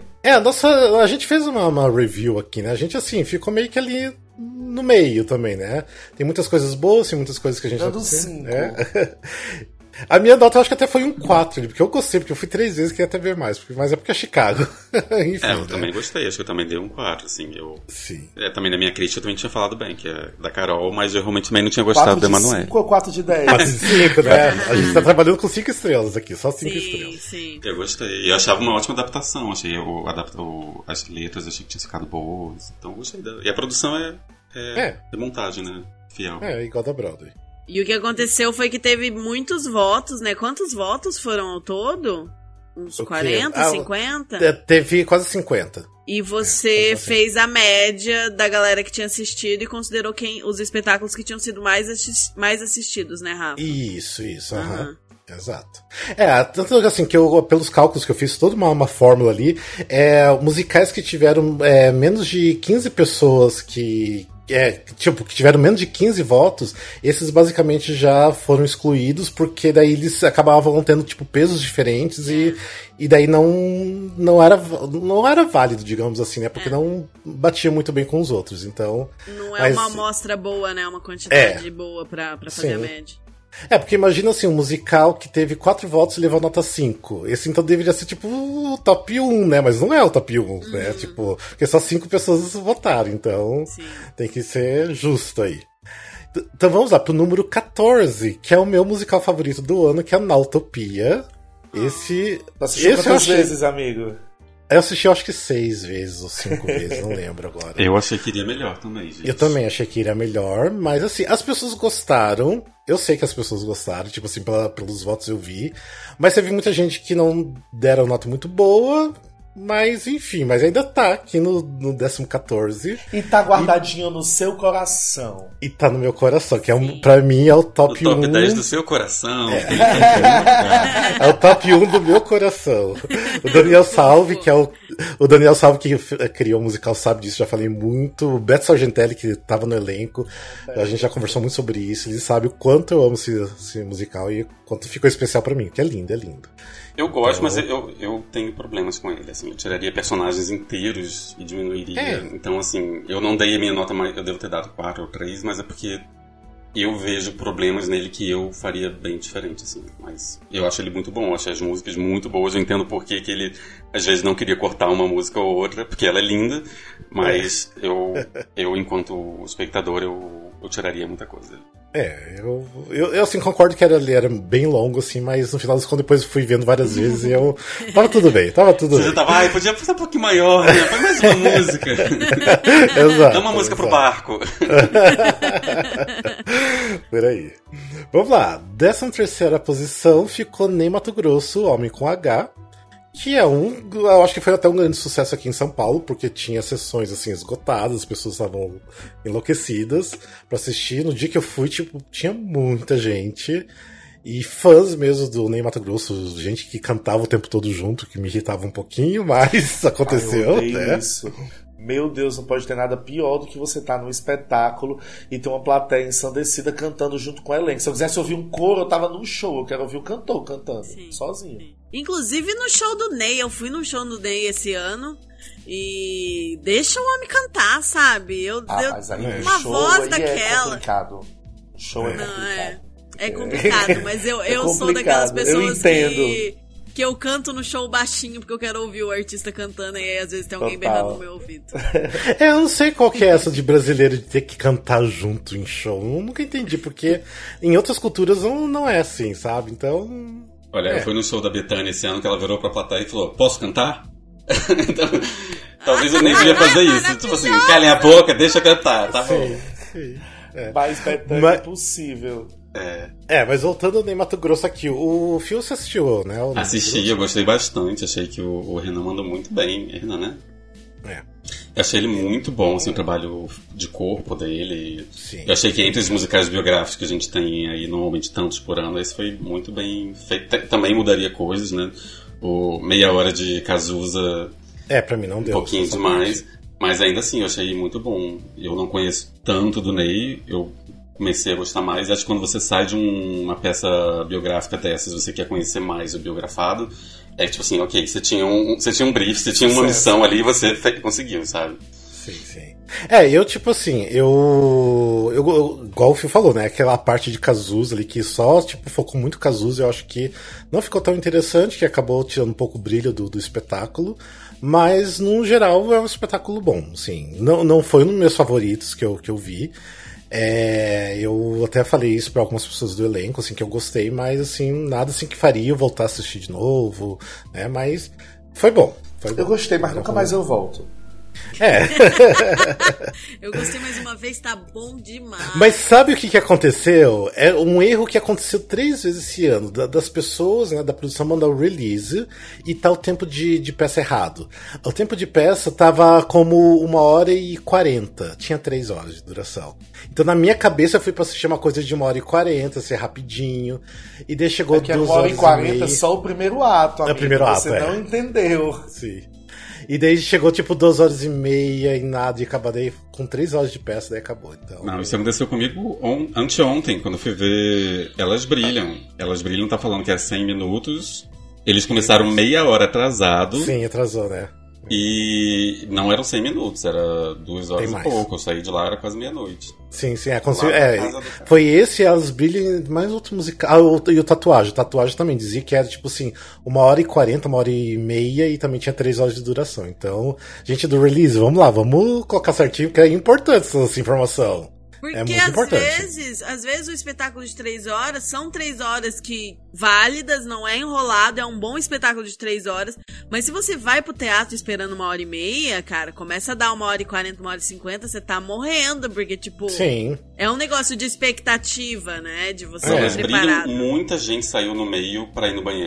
Speaker 1: A gente fez uma review aqui, né? A gente, assim, ficou meio que ali no meio também, né? Tem muitas coisas boas, tem muitas coisas que a gente...
Speaker 3: Dando 5.
Speaker 1: A minha nota eu acho que até foi um 4, porque eu gostei, porque eu fui 3 vezes, queria até ver mais, mas é porque é Chicago. Enfim,
Speaker 4: eu também gostei, acho que eu também dei um 4, assim.
Speaker 1: Sim.
Speaker 4: Também na minha crítica eu também tinha falado bem, que é da Carol, mas eu realmente também não tinha gostado do Emanuel.
Speaker 3: 5 ou 4 de 10?
Speaker 1: 4 de 5, né? A gente tá trabalhando com 5 estrelas aqui, só 5 estrelas.
Speaker 2: Sim.
Speaker 4: Eu gostei. Eu achava uma ótima adaptação, achei as letras, achei que tinha ficado boas, então eu gostei dela. E a produção é montagem, né? Fiel.
Speaker 1: Igual da Broadway.
Speaker 2: E o que aconteceu foi que teve muitos votos, né? Quantos votos foram ao todo? Uns 40, 50?
Speaker 1: Teve quase 50.
Speaker 2: E você fez a média da galera que tinha assistido e considerou os espetáculos que tinham sido mais assistidos, né, Rafa?
Speaker 1: Isso. Exato. Tanto assim, que eu, pelos cálculos que eu fiz, toda uma fórmula ali, musicais que tiveram menos de 15 pessoas que tiveram menos de 15 votos, esses basicamente já foram excluídos, porque daí eles acabavam tendo, tipo, pesos diferentes e daí não era válido, digamos assim, né? Porque não batia muito bem com os outros, então...
Speaker 2: Não é uma amostra boa, né? Uma quantidade boa pra fazer a média.
Speaker 1: Porque imagina assim, um musical que teve 4 votos e levou nota 5. Esse então deveria ser tipo o top 1, né? Mas não é o top 1, né? Tipo, porque só 5 pessoas votaram, então tem que ser justo aí. Então vamos lá pro número 14, que é o meu musical favorito do ano, que é Nautopia. Esse
Speaker 3: quantas vezes, amigo?
Speaker 1: Eu assisti, acho que 6 vezes ou 5 vezes, não lembro agora.
Speaker 4: Eu achei que iria melhor também, gente.
Speaker 1: Eu também achei que iria melhor, mas assim, as pessoas gostaram. Eu sei que as pessoas gostaram, tipo assim, pelos votos eu vi. Mas teve muita gente que não deram nota muito boa. Mas, enfim, mas ainda tá aqui no 14º.
Speaker 3: E tá guardadinho no seu coração.
Speaker 1: E tá no meu coração, que pra mim é o top 1.
Speaker 4: O top 10 do seu coração.
Speaker 1: É o top 1 do meu coração. O Daniel Salve, que é o Daniel Salve que criou o musical, sabe disso, já falei muito. O Beto Sargentelli, que tava no elenco, a gente já conversou muito sobre isso. Ele sabe o quanto eu amo esse musical e o quanto ficou especial pra mim, que é lindo, é lindo.
Speaker 4: Eu gosto, mas eu tenho problemas com ele, assim, eu tiraria personagens inteiros e diminuiria, então assim, eu não dei a minha nota, mais, eu devo ter dado 4 ou 3, mas é porque eu vejo problemas nele que eu faria bem diferente, assim, mas eu acho ele muito bom, eu acho as músicas muito boas, eu entendo por que ele às vezes não queria cortar uma música ou outra, porque ela é linda, mas eu enquanto espectador, eu tiraria muita coisa.
Speaker 1: Eu assim, concordo que ele era bem longo, assim, mas no final das contas, depois eu fui vendo várias vezes e eu... Tava tudo bem.
Speaker 4: Você já tava, podia fazer um pouquinho maior, né? Põe mais uma música.
Speaker 1: Exato.
Speaker 4: Dá uma música pro barco.
Speaker 1: Por aí. Vamos lá. 13ª posição ficou Ney Matogrosso, Homem com H. Que é eu acho que foi até um grande sucesso aqui em São Paulo, porque tinha sessões assim esgotadas, as pessoas estavam enlouquecidas pra assistir. No dia que eu fui, tinha muita gente. E fãs mesmo do Ney Matogrosso, gente que cantava o tempo todo junto, que me irritava um pouquinho, mas aconteceu, né?
Speaker 3: Isso. Meu Deus, não pode ter nada pior do que você estar num espetáculo e ter uma plateia ensandecida cantando junto com o elenco. Se eu quisesse ouvir um coro, eu tava num show. Eu quero ouvir o cantor cantando, sozinho. Sim.
Speaker 2: Inclusive no show do Ney, eu fui no show do Ney esse ano e deixa o homem cantar, sabe?
Speaker 3: Mas aí
Speaker 2: uma
Speaker 3: show
Speaker 2: voz
Speaker 3: aí
Speaker 2: daquela.
Speaker 3: É complicado. O show é complicado.
Speaker 2: É complicado, mas eu sou daquelas pessoas que eu canto no show baixinho porque eu quero ouvir o artista cantando e aí às vezes tem alguém berrando no meu ouvido.
Speaker 1: Eu não sei qual que é essa de brasileiro de ter que cantar junto em show. Eu nunca entendi, porque em outras culturas não é assim, sabe? Então...
Speaker 4: Olha, eu fui no show da Bethânia esse ano que ela virou pra plateia e falou, posso cantar? Então, talvez eu nem devia fazer isso. Tipo assim, calem a boca, deixa eu cantar, tá bom.
Speaker 3: Sim. Mais Bethânia possível.
Speaker 1: Mas voltando ao Ney Matogrosso aqui, o Phil você assistiu, né?
Speaker 4: Assisti, eu gostei bastante, achei que o Renan mandou muito bem, Renan, né? Eu achei ele muito bom, assim, o trabalho de corpo dele.
Speaker 1: Sim.
Speaker 4: Eu achei que entre os musicais biográficos que a gente tem aí, normalmente tantos por ano, esse foi muito bem feito. Também mudaria coisas, né? O Meia Hora de Cazuza...
Speaker 1: pra mim não deu.
Speaker 4: Um pouquinho demais, mas ainda assim, eu achei muito bom. Eu não conheço tanto do Ney, eu comecei a gostar mais. Acho que quando você sai de uma peça biográfica dessas, você quer conhecer mais o biografado, é tipo assim, ok, você tinha um brief, você tinha uma missão ali e você conseguiu, sabe?
Speaker 1: Sim. Eu tipo assim, eu igual o Phil falou, né, aquela parte de Cazuza ali que só, tipo, focou muito Cazuza, eu acho que não ficou tão interessante, que acabou tirando um pouco o brilho do espetáculo, mas no geral é um espetáculo bom, assim, não foi um dos meus favoritos que eu vi. Eu até falei isso pra algumas pessoas do elenco, assim, que eu gostei, mas assim, nada assim que faria eu voltar a assistir de novo, né, mas foi bom.
Speaker 3: Eu gostei, mas nunca mais eu volto.
Speaker 2: Eu gostei mais uma vez, tá bom demais.
Speaker 1: Mas sabe o que aconteceu? É um erro que aconteceu 3 vezes esse ano, das pessoas, né, da produção mandar o release e tá o tempo de peça errado. O tempo de peça tava como 1h40, tinha 3 horas de duração. Então na minha cabeça eu fui pra assistir uma coisa de 1h40, ser rapidinho, e daí chegou
Speaker 3: 2h40 só o primeiro ato, amigo.
Speaker 1: É o primeiro ato,
Speaker 3: você não entendeu.
Speaker 1: Sim. E daí chegou tipo 2h30 e nada, e acabou daí com 3 horas de peça, daí acabou. Então...
Speaker 4: Não, isso aconteceu comigo anteontem, quando eu fui ver Elas Brilham. Elas Brilham tá falando que é 100 minutos. Eles começaram meia hora atrasado.
Speaker 1: Sim, atrasou, né?
Speaker 4: E não eram 100 minutos, era 2 horas e pouco. Eu saí de lá, era quase meia-noite.
Speaker 1: Sim, foi esse, Elas Brilham, mais outro musical. E o Tatuagem. O Tatuagem também dizia que era tipo assim, 1h40, 1h30 e também tinha 3 horas de duração. Então, gente do release, vamos lá, vamos colocar certinho, porque é importante essa informação.
Speaker 2: Porque
Speaker 1: é muito importante.
Speaker 2: às vezes o espetáculo de 3 horas são 3 horas que válidas, não é enrolado, é um bom espetáculo de 3 horas. Mas se você vai pro teatro esperando 1h30, cara, começa a dar 1h40, 1h50, você tá morrendo, porque, tipo,
Speaker 1: sim,
Speaker 2: é um negócio de expectativa, né? De você estar preparado.
Speaker 4: Muita gente saiu no meio pra ir no banheiro.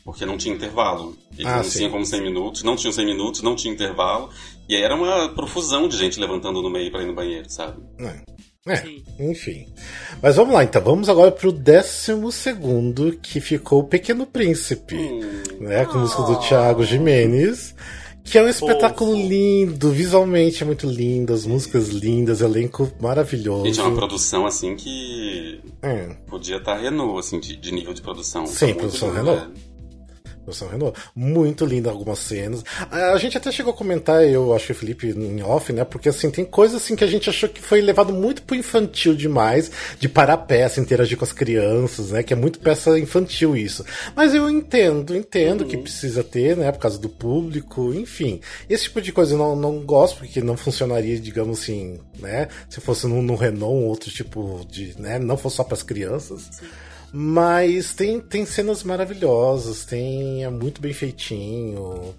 Speaker 4: porque não tinha intervalo. Eles não
Speaker 1: sim.
Speaker 4: tinham como 100 minutos, não tinham 100 minutos, não tinha intervalo. E aí era uma profusão de gente levantando no meio pra ir no banheiro, sabe?
Speaker 1: Enfim. Mas vamos lá, então. Vamos agora pro 12º, que ficou o Pequeno Príncipe. Né? Com música do Thiago Jimenez. Que é um espetáculo lindo, visualmente é muito lindo, as músicas lindas, elenco maravilhoso.
Speaker 4: Gente, é uma produção, assim, que podia estar Renault, assim, de nível de produção.
Speaker 1: Sim, produção Renault. Produção Renault. Muito linda algumas cenas. A gente até chegou a comentar, eu acho que o Felipe em off, né? Porque assim, tem coisas assim que a gente achou que foi levado muito pro infantil demais, de parar a peça, interagir com as crianças, né? Que é muito peça infantil isso. Mas eu entendo que precisa ter, né? Por causa do público, enfim. Esse tipo de coisa eu não gosto, porque não funcionaria, digamos assim, né? Se fosse no Renault, um outro tipo de, né? Não fosse só pras crianças. Sim. Mas tem cenas maravilhosas, é muito bem feitinho.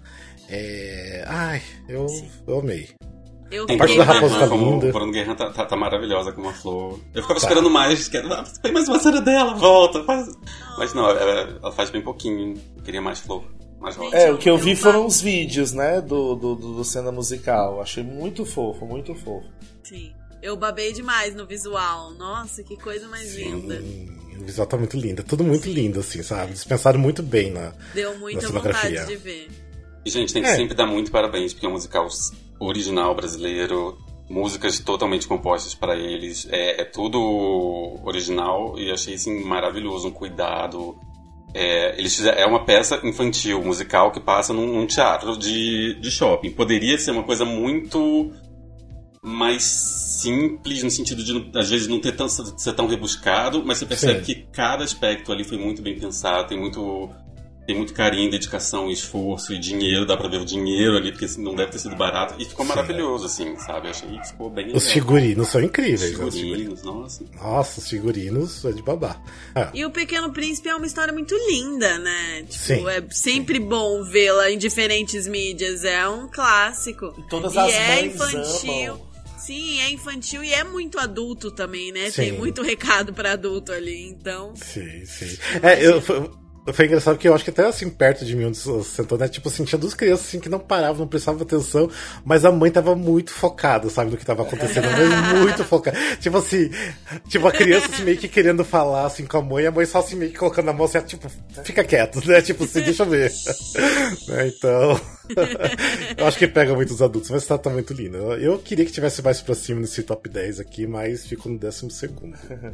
Speaker 1: Eu amei.
Speaker 2: A
Speaker 1: parte da raposa tá linda.
Speaker 4: O Bruno Guerra tá maravilhosa com uma flor. Eu ficava esperando mais, tem mais uma cena dela, volta. Mas não, ela faz bem pouquinho. Eu queria mais flor. Mais rosa.
Speaker 3: O que eu vi foram os vídeos, né, do cena musical. Achei muito fofo, muito fofo.
Speaker 2: Sim. Eu babei demais no visual. Nossa, que coisa mais linda.
Speaker 1: O visual tá muito lindo. É tudo muito lindo, assim, sabe? Eles pensaram muito bem
Speaker 2: Deu muita vontade de ver.
Speaker 4: E, gente, tem que sempre dar muito parabéns, porque é um musical original brasileiro, músicas totalmente compostas para eles. É tudo original e achei, assim, maravilhoso, um cuidado. É uma peça infantil, musical, que passa num teatro de shopping. Poderia ser uma coisa muito mais simples, no sentido de, às vezes, não ser tão rebuscado, mas você percebe que cada aspecto ali foi muito bem pensado, tem muito carinho, dedicação, esforço e dinheiro, dá pra ver o dinheiro ali, porque não deve ter sido barato, e ficou maravilhoso, assim, sabe? Eu achei que ficou bem legal.
Speaker 1: Os figurinos são incríveis.
Speaker 4: Os figurinos, nossa.
Speaker 1: Nossa, os figurinos é de babar.
Speaker 2: E o Pequeno Príncipe é uma história muito linda, né? Tipo, é sempre bom vê-la em diferentes mídias, é um clássico.
Speaker 3: Todas as mães
Speaker 2: infantil.
Speaker 3: Amam.
Speaker 2: Sim, é infantil e é muito adulto também, né?
Speaker 1: Sim.
Speaker 2: Tem muito recado pra adulto ali, então...
Speaker 1: Sim. Foi engraçado que eu acho que até assim, perto de mim, onde sentou, né? Tipo assim, tinha duas crianças assim, que não paravam, não prestavam atenção, mas a mãe tava muito focada, sabe, no que tava acontecendo, mas muito focada. Tipo assim, a criança assim, meio que querendo falar assim com a mãe só assim meio que colocando a mão assim, tipo, fica quieto, né? Tipo assim, deixa eu ver. Então, eu acho que pega muito os adultos, mas tá muito lindo. Eu queria que tivesse mais pra cima nesse top 10 aqui, mas ficou no 12º.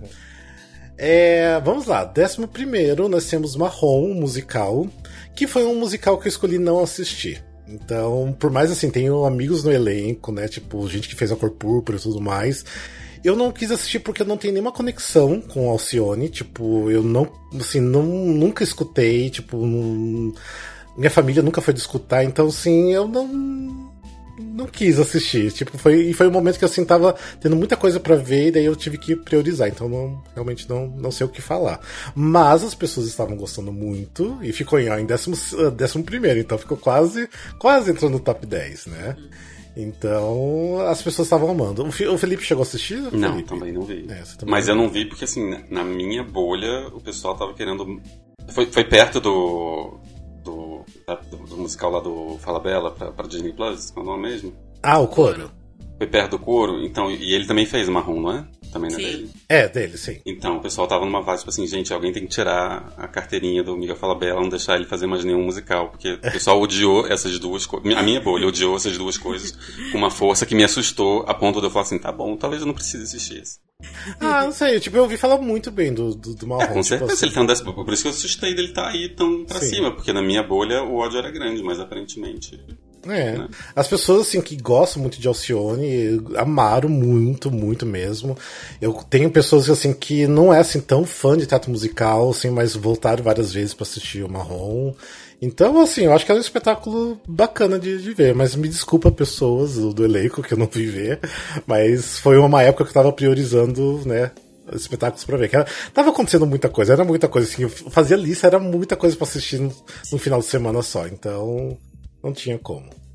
Speaker 1: Vamos lá, 11º nós temos Marrom, musical, que foi um musical que eu escolhi não assistir. Então, por mais assim, tenho amigos no elenco, né, tipo, gente que fez a Cor Púrpura e tudo mais. Eu não quis assistir porque eu não tenho nenhuma conexão com Alcione, tipo, eu nunca escutei, tipo, minha família nunca foi de escutar, então assim, eu não quis assistir, tipo, foi um momento que assim, tava tendo muita coisa pra ver e daí eu tive que priorizar, então realmente não sei o que falar. Mas as pessoas estavam gostando muito e ficou em 11º, então ficou quase entrou no top 10, né? Então, as pessoas estavam amando. O Felipe chegou a assistir?
Speaker 4: Não,
Speaker 1: Felipe?
Speaker 4: também não vi.
Speaker 1: Mas
Speaker 4: eu não vi porque, assim, na minha bolha, o pessoal tava querendo... Foi perto do musical lá do Falabella pra Disney Plus, qual é o nome mesmo?
Speaker 1: O Coro.
Speaker 4: Foi perto do Coro, então, e ele também fez Marrom, não é? Também não é dele?
Speaker 1: É, dele, sim.
Speaker 4: Então, o pessoal tava numa fase, tipo assim, gente, alguém tem que tirar a carteirinha do Miguel Falabella, não deixar ele fazer mais nenhum musical, porque o pessoal odiou essas duas coisas, a minha bolha odiou essas duas coisas com uma força que me assustou, a ponto de eu falar assim, tá bom, talvez eu não precise assistir esse.
Speaker 1: Não sei, tipo, eu ouvi falar muito bem do Marrom.
Speaker 4: Com certeza,
Speaker 1: tipo,
Speaker 4: ele tem um décimo, por isso que eu assustei dele estar aí tão pra cima, porque na minha bolha o ódio era grande, mas aparentemente... Né?
Speaker 1: As pessoas assim que gostam muito de Alcione amaram muito, muito mesmo. Eu tenho pessoas assim que não é assim tão fã de teatro musical, assim, mas voltaram várias vezes para assistir o Marrom. Então, assim, eu acho que é um espetáculo bacana de ver, mas me desculpa pessoas do elenco que eu não vi ver, mas foi uma época que eu tava priorizando, né, espetáculos pra ver, que tava acontecendo muita coisa, era muita coisa, assim, eu fazia lista, era muita coisa pra assistir no final de semana só, então não tinha como.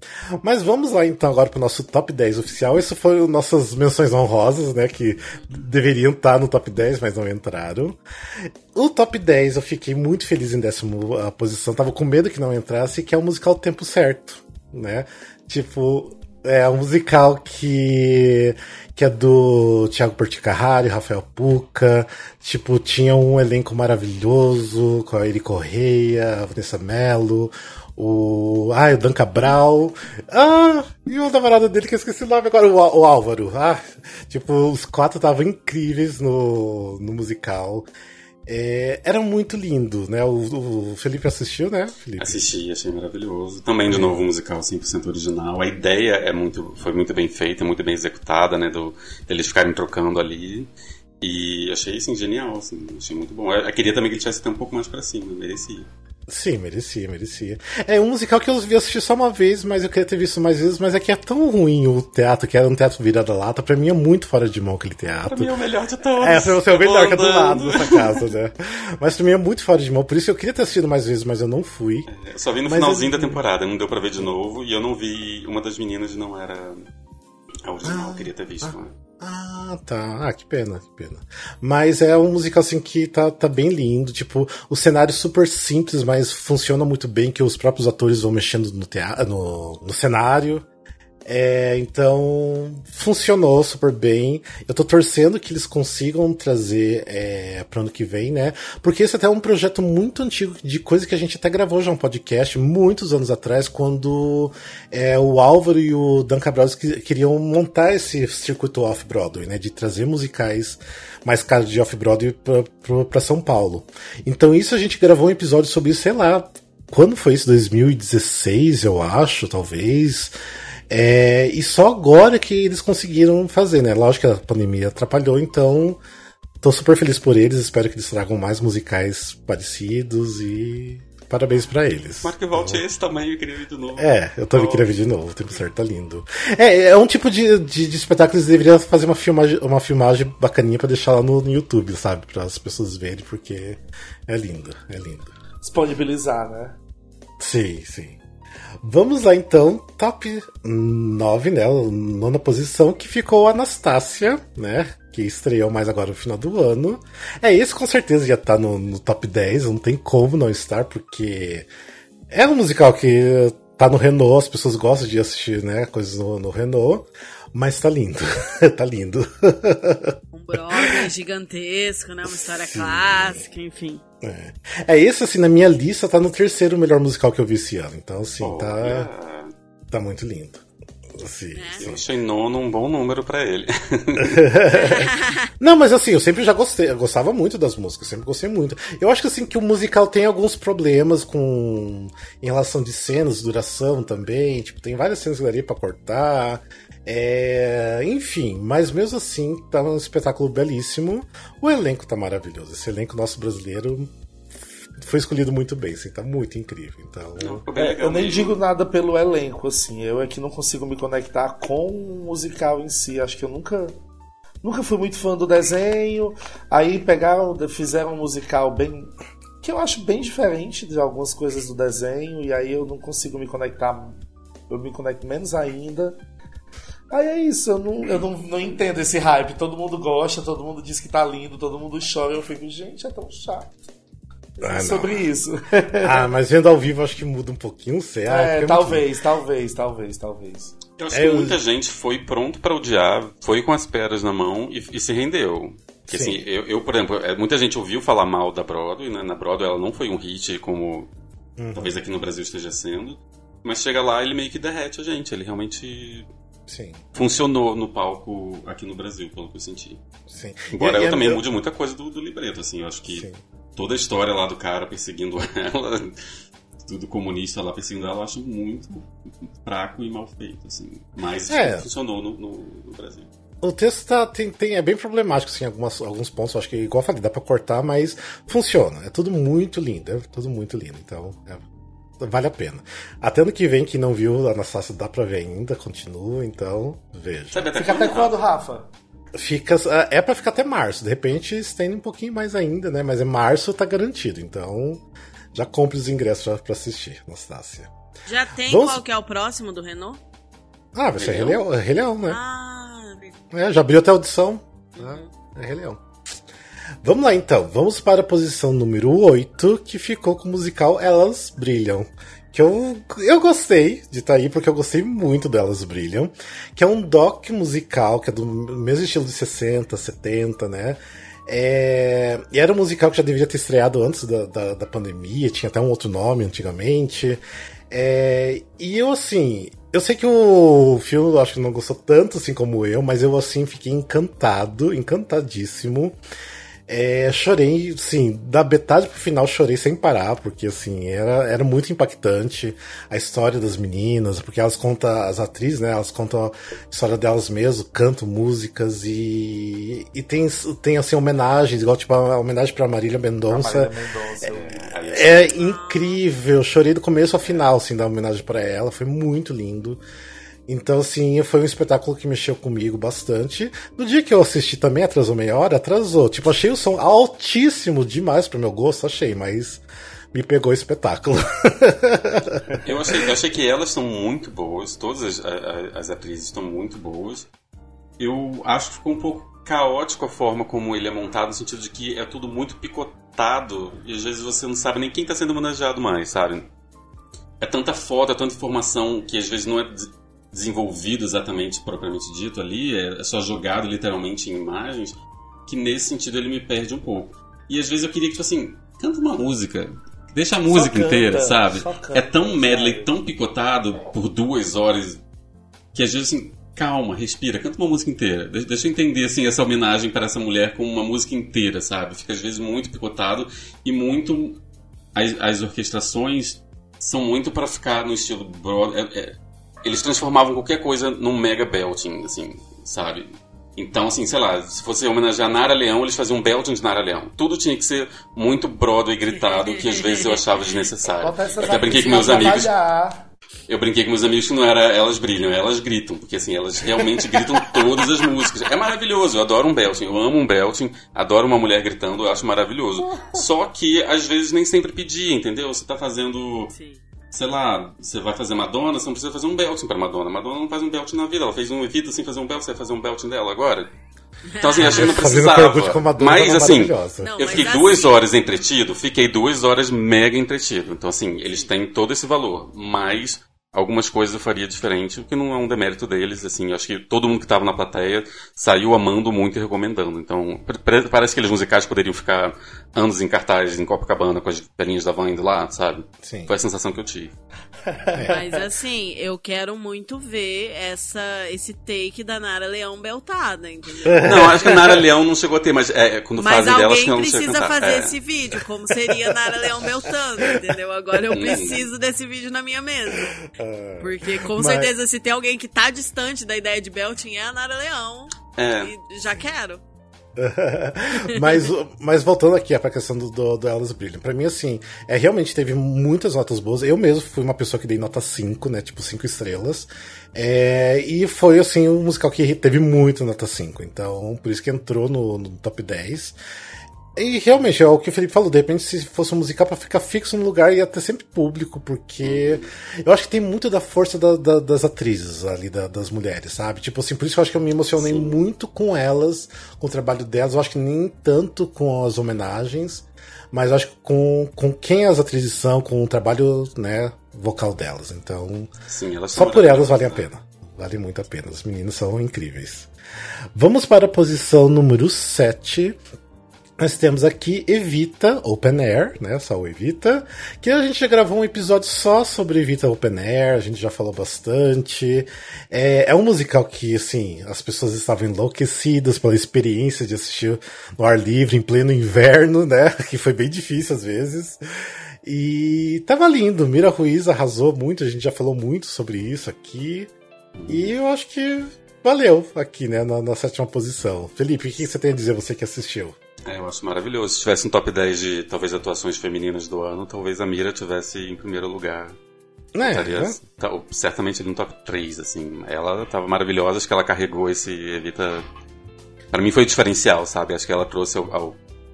Speaker 1: Mas vamos lá então agora pro nosso top 10 oficial. Isso foi nossas menções honrosas, né? Que deveriam estar no top 10, mas não entraram. O top 10 eu fiquei muito feliz em 10ª posição. Tava com medo que não entrasse, que é o musical Tempo Certo, né? Tipo, é um musical que é do Thiago Porticarrari, Rafael Puca. Tipo, tinha um elenco maravilhoso com a Eri Correia, a Vanessa Mello, o Dan Cabral. E o namorado dele, que eu esqueci o nome agora, o Álvaro. Tipo, os 4 estavam incríveis no musical. Era muito lindo, né? O Felipe assistiu, né, Felipe?
Speaker 4: Assisti, achei maravilhoso. Também, de novo, um musical 100% original. A ideia foi muito bem feita, muito bem executada, né? Eles ficarem trocando ali. E achei, assim, genial, assim. Achei muito bom. Eu queria também que ele tivesse até um pouco mais pra cima, merecia.
Speaker 1: Sim, merecia. É um musical que eu vi assistir só uma vez, mas eu queria ter visto mais vezes, mas é que é tão ruim o teatro, que era um teatro virada-lata. Pra mim é muito fora de mão aquele teatro.
Speaker 4: Pra mim é o melhor de todos.
Speaker 1: Pra você é o melhor, que é do lado dessa casa, né? Mas pra mim é muito fora de mão, por isso eu queria ter assistido mais vezes, mas eu não fui.
Speaker 4: Eu só vi no finalzinho da temporada, não deu pra ver de novo, e eu não vi, uma das meninas não era a original, eu queria ter visto, né?
Speaker 1: Tá. Que pena. Mas é um musical, assim, que tá bem lindo. Tipo, o cenário super simples, mas funciona muito bem, que os próprios atores vão mexendo no cenário. Então, funcionou super bem. Eu tô torcendo que eles consigam trazer pro ano que vem, né? Porque esse até é um projeto muito antigo, de coisa que a gente até gravou já um podcast muitos anos atrás, quando o Álvaro e o Dan Cabral queriam montar esse circuito off-Broadway, né? De trazer musicais mais caros de off-Broadway pra São Paulo. Então isso a gente gravou um episódio sobre isso, sei lá, quando foi isso? 2016, eu acho, talvez. E só agora que eles conseguiram fazer, né? Lógico que a pandemia atrapalhou, então tô super feliz por eles, espero que eles tragam mais musicais parecidos e parabéns pra eles.
Speaker 4: Tomara que volte esse tamanho, eu queria ver de novo.
Speaker 1: Eu também queria ver de novo, o Tempo Certo tá lindo. É um tipo de espetáculo que eles deveriam fazer uma filmagem bacaninha pra deixar lá no YouTube, sabe? Para as pessoas verem, porque é lindo.
Speaker 3: Disponibilizar, né?
Speaker 1: Sim. Vamos lá então, top 9, né? 9ª posição, que ficou a Anastácia, né? Que estreou mais agora no final do ano. Esse com certeza já tá no top 10, não tem como não estar, porque é um musical que tá no Renault, as pessoas gostam de assistir, né? Coisas no Renault. Mas tá lindo, tá lindo.
Speaker 2: Um Broadway gigantesco, né? Uma história clássica, enfim.
Speaker 1: Esse, assim, na minha lista tá no 3º melhor musical que eu vi esse ano. Então, assim, tá muito lindo. Assim,
Speaker 4: eu achei nono um bom número pra ele.
Speaker 1: Não, mas assim, eu sempre já gostei. Eu gostava muito das músicas, sempre gostei muito. Eu acho que assim, que o musical tem alguns problemas em relação de cenas, duração também. Tipo, tem várias cenas que daria pra cortar. Enfim, mas mesmo assim tá um espetáculo belíssimo. O elenco tá maravilhoso. Esse elenco nosso brasileiro foi escolhido muito bem, assim, tá muito incrível. Então,
Speaker 3: eu nem digo nada pelo elenco, assim. Eu é que não consigo me conectar com o musical em si. Acho que eu nunca fui muito fã do desenho. Aí fizeram um musical bem, que eu acho bem diferente de algumas coisas do desenho. E aí eu não consigo me conectar. Eu me conecto menos ainda. Aí é isso, eu não entendo esse hype. Todo mundo gosta, todo mundo diz que tá lindo, todo mundo chora. Eu fico, gente, é tão chato. Sobre isso.
Speaker 1: Mas vendo ao vivo acho que muda um pouquinho, sei.
Speaker 3: Talvez.
Speaker 4: Eu acho que muita gente foi pronto pra odiar, foi com as pedras na mão e se rendeu. Porque, assim, eu, por exemplo, muita gente ouviu falar mal da Broadway, né? Na Broadway ela não foi um hit como talvez aqui no Brasil esteja sendo. Mas chega lá, ele meio que derrete a gente. Ele realmente funcionou no palco aqui no Brasil, pelo que eu senti.
Speaker 1: Sim.
Speaker 4: Embora ela também mude muita coisa do libreto, assim. Eu acho que toda a história lá do cara perseguindo ela, tudo comunista lá perseguindo ela, eu acho muito fraco e mal feito, assim. Mas funcionou no Brasil.
Speaker 1: O texto é bem problemático, assim, alguns pontos. Eu acho que, igual eu falei, dá pra cortar, mas funciona. É tudo muito lindo. Então, vale a pena. Até ano que vem, quem não viu a Anastácia dá pra ver ainda, continua, então veja.
Speaker 3: Fica até quando, Rafa?
Speaker 1: É pra ficar até março. De repente estende um pouquinho mais ainda, né? Mas março tá garantido, então já compre os ingressos pra assistir, Anastácia.
Speaker 2: Já tem qual que é o próximo do Renault?
Speaker 1: Ah, vai ser Rei Leão, né?
Speaker 2: Ah,
Speaker 1: já abriu até a audição. É Rei Leão. Vamos lá então, vamos para a posição número 8, que ficou com o musical Elas Brilham. Que eu gostei de estar aí, porque eu gostei muito delas Brilham. Que é um doc musical, que é do mesmo estilo de 60, 70, né? E era um musical que já deveria ter estreado antes da pandemia, tinha até um outro nome antigamente. E eu, assim, eu sei que o filme, eu acho que não gostou tanto assim como eu, mas eu, assim, fiquei encantadíssimo. Chorei, sim, da metade pro final chorei sem parar, porque assim, era muito impactante a história das meninas, porque elas contam, as atrizes, né, elas contam a história delas mesmas, cantam músicas e tem assim, homenagens, igual tipo a homenagem pra Marília Mendonça. É incrível, chorei do começo ao final, assim, da homenagem pra ela, foi muito lindo. Então, assim, foi um espetáculo que mexeu comigo bastante. No dia que eu assisti também atrasou meia hora, atrasou. Tipo, achei o som altíssimo demais pro meu gosto, mas me pegou o espetáculo.
Speaker 4: Eu achei que elas são muito boas, todas as atrizes estão muito boas. Eu acho que ficou um pouco caótico a forma como ele é montado, no sentido de que é tudo muito picotado e às vezes você não sabe nem quem está sendo homenageado mais, sabe? É tanta foto, é tanta informação que às vezes não é desenvolvido exatamente, propriamente dito ali, é só jogado literalmente em imagens, que nesse sentido ele me perde um pouco. E às vezes eu queria que, tipo assim, canta uma música, deixa a música inteira, sabe? É tão medley, tão picotado por 2 horas, que às vezes assim, calma, respira, canta uma música inteira. Deixa eu entender, assim, essa homenagem para essa mulher com uma música inteira, sabe? Fica às vezes muito picotado e muito... As orquestrações são muito para ficar no estilo Broadway. Eles transformavam qualquer coisa num mega belting, assim, sabe? Então, assim, sei lá, se fosse homenagear Nara Leão, eles faziam um belting de Nara Leão. Tudo tinha que ser muito Broadway gritado, que às vezes eu achava desnecessário. Eu até brinquei com meus amigos. Eu brinquei com meus amigos que não era Elas Brilham, elas gritam, porque assim, elas realmente gritam todas as músicas. É maravilhoso, eu adoro um belting, eu amo um belting, adoro uma mulher gritando, eu acho maravilhoso. Só que às vezes nem sempre pedia, entendeu? Você tá fazendo... Sim. Sei lá, você vai fazer Madonna, você não precisa fazer um belting pra Madonna. Madonna não faz um belting na vida, ela fez um Evita sem fazer um belting, você vai fazer um belting dela agora? Então assim, achei que não precisava. Mas assim, eu fiquei 2 horas entretido, fiquei 2 horas mega entretido. Então assim, eles têm todo esse valor, mas algumas coisas eu faria diferente, o que não é um demérito deles, assim, acho que todo mundo que estava na plateia saiu amando muito e recomendando. Então, parece que aqueles musicais poderiam ficar anos em cartaz em Copacabana com as velhinhas da Vand lá, sabe? Sim. Foi a sensação que eu tive.
Speaker 2: Mas assim, eu quero muito ver esse take da Nara Leão beltada, entendeu?
Speaker 4: Não, acho que a Nara Leão não chegou a ter, mas quando fazem dela, acho que ela não chegou a
Speaker 2: alguém precisa fazer esse vídeo, como seria Nara Leão beltando, entendeu? Agora eu preciso desse vídeo na minha mesa. Porque com certeza se tem alguém que tá distante da ideia de belting é a Nara Leão. E já quero.
Speaker 1: mas voltando aqui pra questão do Elas Brilham, pra mim assim, realmente teve muitas notas boas. Eu mesmo fui uma pessoa que dei nota 5, né, tipo 5 estrelas, e foi assim um musical que teve muito nota 5, então por isso que entrou no top 10. E realmente, é o que o Felipe falou, de repente se fosse um musical pra ficar fixo no lugar ia ter sempre público, porque eu acho que tem muito da força das atrizes ali, das mulheres, sabe? Tipo assim, por isso que eu acho que eu me emocionei muito com elas, com o trabalho delas, eu acho que nem tanto com as homenagens, mas eu acho que com quem as atrizes são, com o trabalho, né, vocal delas, então
Speaker 4: sim, elas
Speaker 1: só por elas vale a pena. Vale muito a pena, as meninas são incríveis. Vamos para a posição número 7. Nós temos aqui Evita Open Air, né? Só o Evita. Que a gente já gravou um episódio só sobre Evita Open Air, a gente já falou bastante. É um musical que, assim, as pessoas estavam enlouquecidas pela experiência de assistir no ar livre, em pleno inverno, né? Que foi bem difícil às vezes. E tava lindo, Mira Ruiz arrasou muito, a gente já falou muito sobre isso aqui. E eu acho que valeu aqui, né? Na 7ª posição. Felipe, o que você tem a dizer, você que assistiu?
Speaker 4: Eu acho maravilhoso. Se tivesse um top 10 de, talvez, atuações femininas do ano, talvez a Mira tivesse em primeiro lugar. Certamente ali no top 3, assim. Ela tava maravilhosa, acho que ela carregou esse Evita... Pra mim foi diferencial, sabe? Acho que ela trouxe ao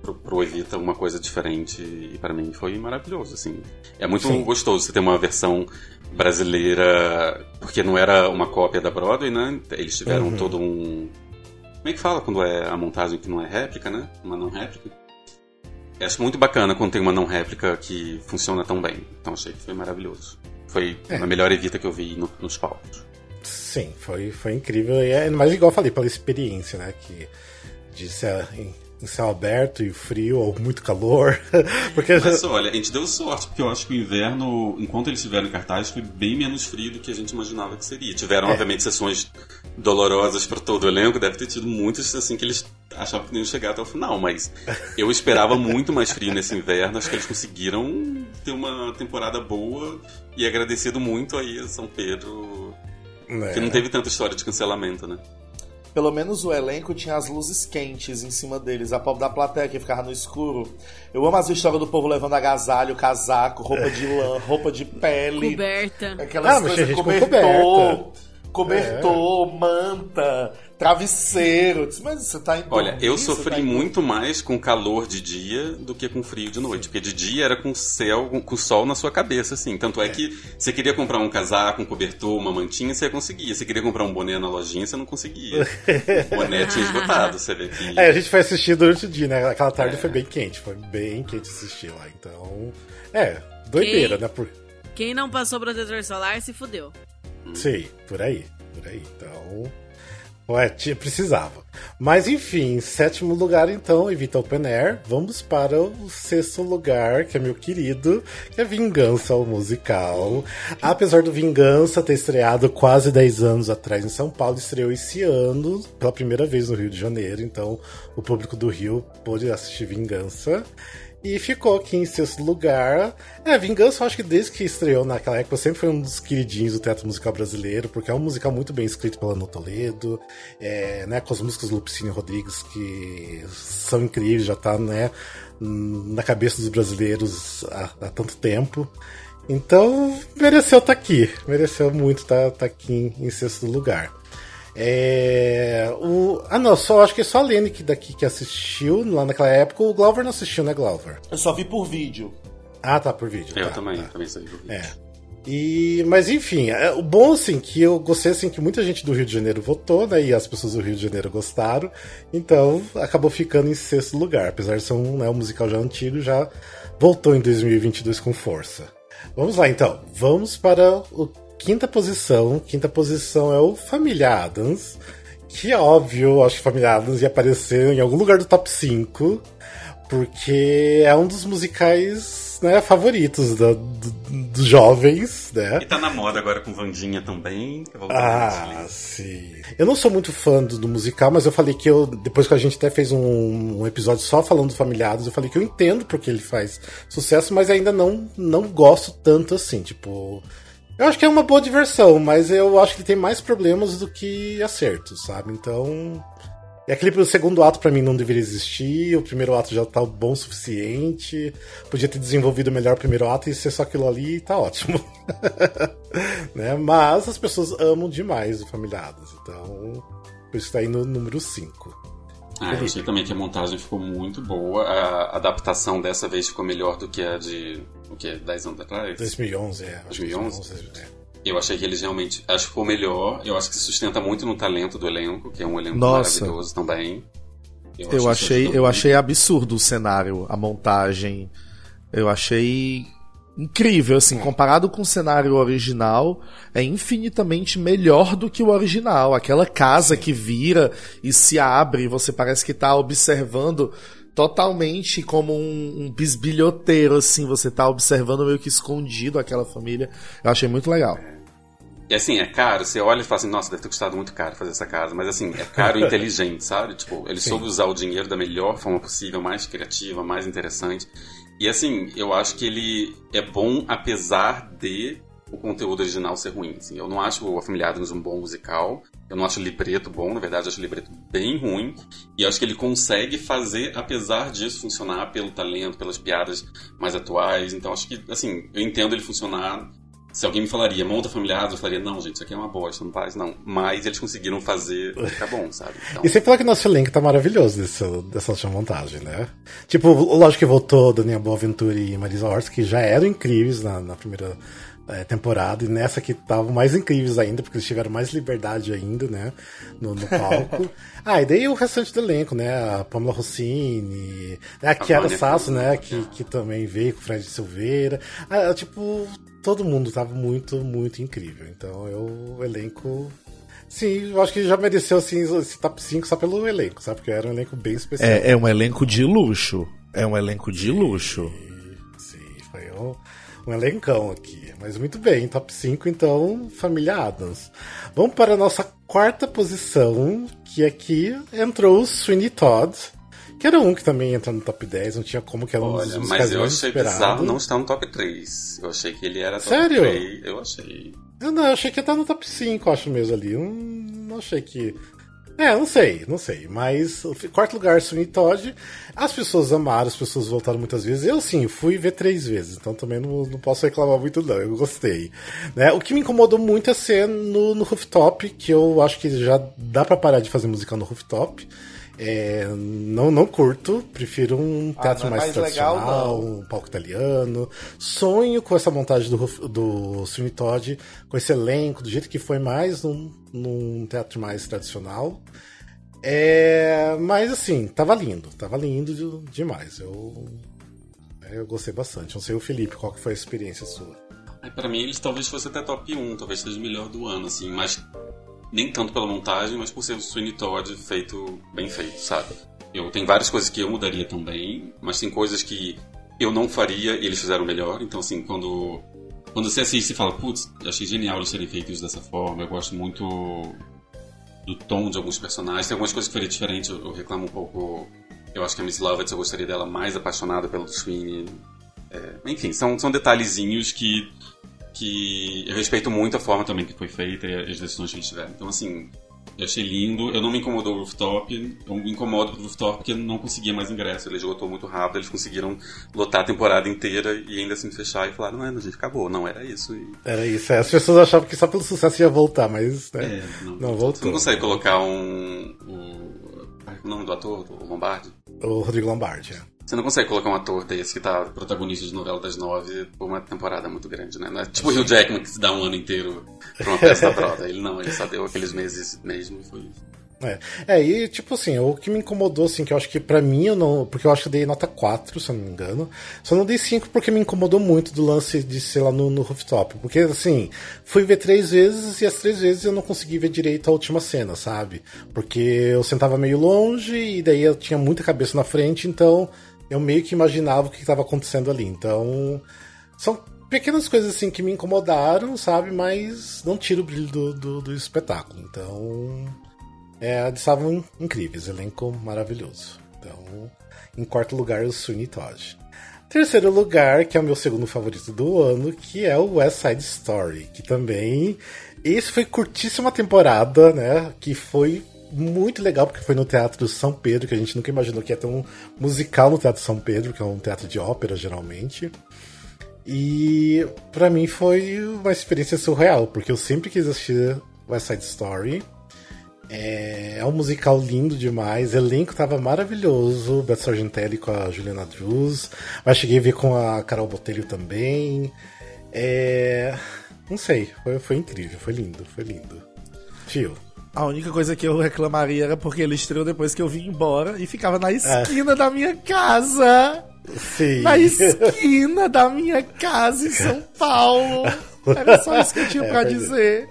Speaker 4: pro Evita uma coisa diferente, e pra mim foi maravilhoso, assim. É muito gostoso você ter uma versão brasileira, porque não era uma cópia da Broadway, né? Eles tiveram todo um... Como é que fala quando é a montagem que não é réplica, né? Uma não réplica. Eu acho muito bacana quando tem uma não réplica que funciona tão bem. Então achei que foi maravilhoso. Foi a melhor Evita que eu vi nos palcos.
Speaker 1: Sim, foi incrível. E é mais igual eu falei, pela experiência, né? Que de ser em céu aberto e frio ou muito calor. Porque...
Speaker 4: Mas olha, a gente deu sorte, porque eu acho que o inverno, enquanto eles estiveram em cartaz, foi bem menos frio do que a gente imaginava que seria. Tiveram, obviamente, sessões dolorosas para todo o elenco, deve ter tido muitas assim que eles achavam que não iam chegar até o final, mas eu esperava muito mais frio nesse inverno. Acho que eles conseguiram ter uma temporada boa, e agradecido muito aí a São Pedro, que não teve tanta história de cancelamento, né?
Speaker 3: Pelo menos o elenco tinha as luzes quentes em cima deles. A pobre da plateia que ficava no escuro. Eu amo as histórias do povo levando agasalho, casaco, roupa de lã, roupa de pele.
Speaker 2: Coberta.
Speaker 3: Aquelas coisas, cobertor, manta, travesseiro. Mas você tá em
Speaker 4: Olha, eu sofri muito mais com calor de dia do que com frio de noite. Porque de dia era com céu, com sol na sua cabeça, assim. Tanto é que você queria comprar um casaco, um cobertor, uma mantinha, você conseguia. Você queria comprar um boné na lojinha, você não conseguia. O boné tinha esgotado, você vê que...
Speaker 1: a gente foi assistir durante o dia, né? Aquela tarde foi bem quente. Foi bem quente assistir lá. Então, doideira, né?
Speaker 2: Quem não passou protetor solar se fudeu.
Speaker 1: Sim, por aí. Então, precisava. Mas enfim, 7º lugar então, Evita Open Air. Vamos para o 6º lugar, que é meu querido, que é Vingança, o musical. Apesar do Vingança ter estreado quase 10 anos atrás em São Paulo, estreou esse ano pela primeira vez no Rio de Janeiro. Então o público do Rio pôde assistir Vingança. E ficou aqui em 6º lugar. Vingança, eu acho que desde que estreou naquela época, sempre foi um dos queridinhos do teatro musical brasileiro, porque é um musical muito bem escrito pela Ana Toledo, né, com as músicas do Lupicínio Rodrigues, que são incríveis, já tá, né, na cabeça dos brasileiros há tanto tempo. Então, mereceu estar aqui. Mereceu muito estar aqui em 6º lugar. Só acho que é só a Lene daqui que assistiu lá naquela época. O Glauber não assistiu, né, Glauber?
Speaker 3: Eu só vi por vídeo.
Speaker 1: Ah, tá, por vídeo.
Speaker 4: Eu também só vi por
Speaker 1: mas
Speaker 4: vídeo.
Speaker 1: mas enfim, o bom, assim, que eu gostei, assim, que muita gente do Rio de Janeiro votou, né, e as pessoas do Rio de Janeiro gostaram, então acabou ficando em 6º lugar, apesar de ser um musical já antigo, já voltou em 2022 com força. Vamos lá, então, vamos para o quinta posição é o Família Addams, que é óbvio, acho que Família Addams ia aparecer em algum lugar do top 5, porque é um dos musicais, né, favoritos dos jovens, né?
Speaker 4: E tá na moda agora com Wandinha também.
Speaker 1: Sim. Eu não sou muito fã do musical, mas eu falei que depois que a gente até fez um episódio só falando do Família Addams, eu falei que eu entendo porque ele faz sucesso, mas ainda não gosto tanto assim, tipo... Eu acho que é uma boa diversão, mas eu acho que ele tem mais problemas do que acertos, sabe? Então... É aquele segundo ato pra mim não deveria existir, o primeiro ato já tá bom o suficiente, podia ter desenvolvido melhor o primeiro ato e ser só aquilo ali e tá ótimo. Né? Mas as pessoas amam demais o Família Addams, então por isso tá aí no número 5.
Speaker 4: Eu achei também que a montagem ficou muito boa, a adaptação dessa vez ficou melhor do que a de 10 anos atrás?
Speaker 1: 2011,
Speaker 4: 2011? Eu achei que eles realmente... Acho que ficou melhor. Eu acho que se sustenta muito no talento do elenco, que é um elenco maravilhoso também.
Speaker 3: Eu achei absurdo o cenário, a montagem. Eu achei incrível, assim, comparado com o cenário original, é infinitamente melhor do que o original. Aquela casa que vira e se abre, você parece que tá observando totalmente como um bisbilhoteiro, assim, você tá observando meio que escondido aquela família. Eu achei muito legal.
Speaker 4: E assim, é caro, você olha e fala assim, nossa, deve ter custado muito caro fazer essa casa, mas assim, é caro e inteligente, sabe? Tipo, ele soube usar o dinheiro da melhor forma possível, mais criativa, mais interessante. E assim, eu acho que ele é bom apesar de o conteúdo original ser ruim, assim. Eu não acho A Família Addams um bom musical, eu não acho o libreto bom, na verdade eu acho o libreto bem ruim, e eu acho que ele consegue fazer, apesar disso, funcionar pelo talento, pelas piadas mais atuais, então acho que, assim, eu entendo ele funcionar Se alguém me falaria, monta familiar, eu falaria, não, gente, isso aqui é uma bosta, não faz, não. Mas eles conseguiram fazer, ficar bom, sabe? Então...
Speaker 1: E sem falar que o nosso elenco tá maravilhoso dessa última montagem, né? Tipo, lógico que voltou Daniel Boaventura e Marisa Hort, que já eram incríveis na primeira temporada, e nessa aqui estavam mais incríveis ainda, porque eles tiveram mais liberdade ainda, né? No palco. E daí o restante do elenco, né? A Pamela Rossini, a Chiara Sasso, né? Que também veio com o Fred Silveira. Tipo, todo mundo tava muito, muito incrível. Então, o elenco... Sim, eu acho que já mereceu assim, esse top 5 só pelo elenco, sabe? Porque era um elenco bem especial.
Speaker 5: É um elenco de luxo. É um elenco de luxo.
Speaker 1: Sim, foi um elencão aqui. Mas muito bem, top 5, então, Família Addams. Vamos para a nossa quarta posição, que aqui entrou o Sweeney Todd, que era um que também entra no top 10, não tinha como, que era um dos musicais
Speaker 4: mas eu
Speaker 1: mais
Speaker 4: achei
Speaker 1: esperados.
Speaker 4: bizarro não estar no top 3. Eu achei que ele era top
Speaker 1: Sério?
Speaker 4: 3. Eu achei.
Speaker 1: Eu achei que ia estar no top 5, acho mesmo ali. Não achei que... não sei. Mas, quarto lugar, Sweeney Todd. As pessoas amaram, as pessoas voltaram muitas vezes. Eu, sim, fui ver 3 vezes. Então, também não posso reclamar muito, não. Eu gostei. Né? O que me incomodou muito é ser no rooftop, que eu acho que já dá pra parar de fazer musical no rooftop. Não curto, prefiro um teatro mais tradicional, legal, um palco italiano. Sonho com essa montagem do Sweeney Todd, com esse elenco, do jeito que foi, mais num teatro mais tradicional. Mas assim, tava lindo demais. Eu gostei bastante. Não sei o Felipe, qual que foi a experiência sua?
Speaker 4: Pra mim, eles talvez fosse até top 1, talvez seja o melhor do ano, assim, mas nem tanto pela montagem, mas por ser o Sweeney Todd bem feito, sabe? Tem várias coisas que eu mudaria também, mas tem coisas que eu não faria e eles fizeram melhor. Então, assim, quando você assiste e fala, putz, achei genial eles terem feito isso dessa forma, eu gosto muito do tom de alguns personagens. Tem algumas coisas que faria diferente, eu reclamo um pouco. Eu acho que a Miss Lovett, eu gostaria dela mais apaixonada pelo Sweeney. Enfim, são detalhezinhos que eu respeito muito a forma também que foi feita e as decisões que eles tiveram. Então, assim, eu achei lindo. Eu não me incomodou o rooftop. Eu me incomodo com o rooftop porque eu não conseguia mais ingresso. Ele esgotou muito rápido. Eles conseguiram lotar a temporada inteira e ainda assim fechar e falaram, não, gente, acabou. Não, era isso.
Speaker 1: Era isso. As pessoas achavam que só pelo sucesso ia voltar, mas não voltou.
Speaker 4: Você não consegue colocar o nome do ator, o Lombardi?
Speaker 1: O Rodrigo Lombardi,
Speaker 4: Você não consegue colocar um ator desse que tá protagonista de novela das 9 por uma temporada muito grande, né? Não é tipo o Hugh Jackman que se dá um ano inteiro pra uma peça da Broadway. Ele só deu aqueles meses mesmo e foi isso.
Speaker 1: E tipo assim, o que me incomodou, assim, que eu acho que pra mim porque eu acho que eu dei nota 4, se eu não me engano. Só não dei 5 porque me incomodou muito do lance de ser lá no rooftop. Porque, assim, fui ver 3 vezes e as 3 vezes eu não consegui ver direito a última cena, sabe? Porque eu sentava meio longe e daí eu tinha muita cabeça na frente, então eu meio que imaginava o que estava acontecendo ali. Então, são pequenas coisas assim que me incomodaram, sabe? Mas não tira o brilho do espetáculo. Então, eles estavam incríveis, elenco maravilhoso. Então, em quarto lugar, o Sweeney Todd. Terceiro lugar, que é o meu segundo favorito do ano, que é o West Side Story, que também... Esse foi curtíssima temporada, né? Que foi muito legal, porque foi no Teatro São Pedro, que a gente nunca imaginou que ia ter um musical no Teatro São Pedro, que é um teatro de ópera, geralmente. E pra mim foi uma experiência surreal, porque eu sempre quis assistir West Side Story. É um musical lindo demais, o elenco tava maravilhoso, Beth Sargentelli com a Juliana Drews, mas cheguei a ver com a Carol Botelho também. Não sei, foi incrível, foi lindo. Fio.
Speaker 5: A única coisa que eu reclamaria era porque ele estreou depois que eu vim embora e ficava na esquina da minha casa.
Speaker 1: Sim.
Speaker 5: Na esquina da minha casa em São Paulo. Era só isso que eu tinha pra dizer.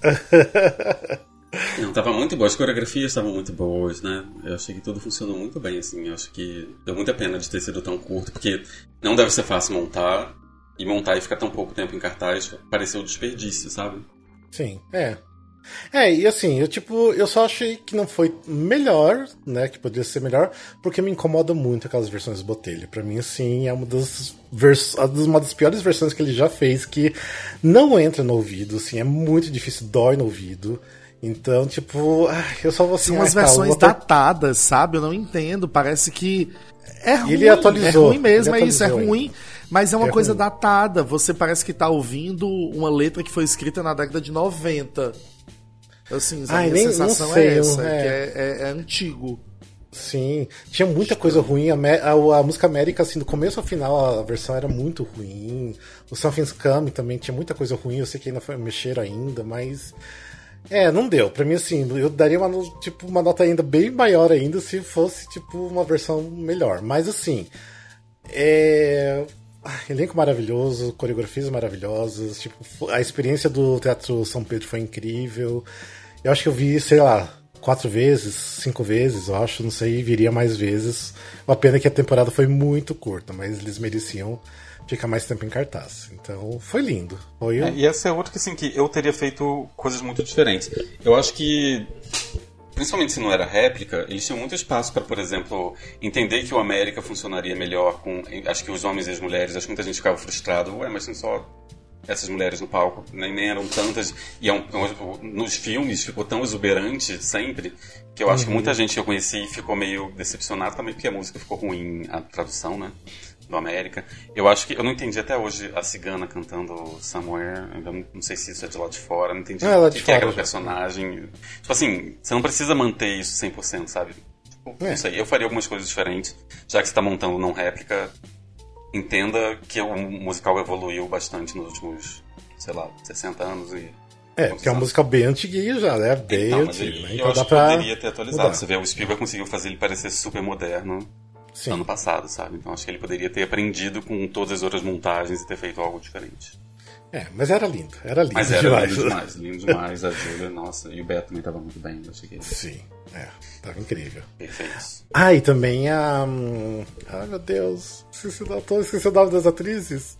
Speaker 4: Não, tava muito boa, as coreografias estavam muito boas, né? Eu achei que tudo funcionou muito bem, assim. Eu acho que deu muita pena de ter sido tão curto, porque não deve ser fácil montar e ficar tão pouco tempo em cartaz pareceu um desperdício, sabe?
Speaker 1: Sim, e assim, eu só achei que não foi melhor, né, que poderia ser melhor, porque me incomoda muito aquelas versões do Botelho. Pra mim, assim, é uma das piores versões que ele já fez, que não entra no ouvido, assim, é muito difícil, dói no ouvido. Então, eu só vou assim...
Speaker 5: São umas versões datadas, sabe? Eu não entendo, parece que... É ruim,
Speaker 1: ele atualizou.
Speaker 5: É ruim mesmo, é ruim. Mas é uma coisa datada. Você parece que tá ouvindo uma letra que foi escrita na década de 90. Assim, a minha sensação é essa, que é antigo.
Speaker 1: Sim, tinha muita coisa ruim. A música América, assim, do começo ao final, a versão era muito ruim. O Something's Coming também tinha muita coisa ruim. Eu sei que ainda mexeram ainda, mas... não deu. Pra mim, assim, eu daria uma nota ainda bem maior ainda se fosse, uma versão melhor. Mas, assim... elenco maravilhoso, coreografias maravilhosas, a experiência do Teatro São Pedro foi incrível. Eu acho que eu vi, sei lá, 4 vezes, 5 vezes, eu acho, não sei, viria mais vezes. Uma pena que a temporada foi muito curta, mas eles mereciam ficar mais tempo em cartaz. Então, foi lindo.
Speaker 4: E essa é outra que, assim, que eu teria feito coisas muito diferentes. Eu acho que, principalmente se não era réplica, eles tinham muito espaço para, por exemplo, entender que o América funcionaria melhor com... Acho que os homens e as mulheres, acho que muita gente ficava frustrado. Mas tem só essas mulheres no palco, nem eram tantas. E nos filmes ficou tão exuberante sempre, que eu acho que muita gente que eu conheci ficou meio decepcionado também, porque a música ficou ruim, a tradução, né? Do América. Eu acho que... Eu não entendi até hoje a cigana cantando Somewhere. Ainda não sei se isso é de lá de fora. Não entendi o que é aquela personagem. Assim, você não precisa manter isso 100%, sabe? Não sei, eu faria algumas coisas diferentes. Já que você tá montando não réplica, entenda que o musical evoluiu bastante nos últimos, sei lá, 60 anos e...
Speaker 1: que é uma música bem antiguinha já, né? Bem antiga, né?
Speaker 4: Então eu acho que poderia ter atualizado. Mudar. Você vê, o Spielberg conseguiu fazer ele parecer super moderno. Sim. Ano passado, sabe? Então acho que ele poderia ter aprendido com todas as outras montagens e ter feito algo diferente.
Speaker 1: Mas era lindo
Speaker 4: mas era
Speaker 1: demais.
Speaker 4: Lindo demais, a Júlia, nossa, e o Beto também estava muito bem, eu achei que...
Speaker 1: Sim, tava incrível.
Speaker 4: Perfeito.
Speaker 1: E também a... Ai, meu Deus, esqueci o nome das atrizes.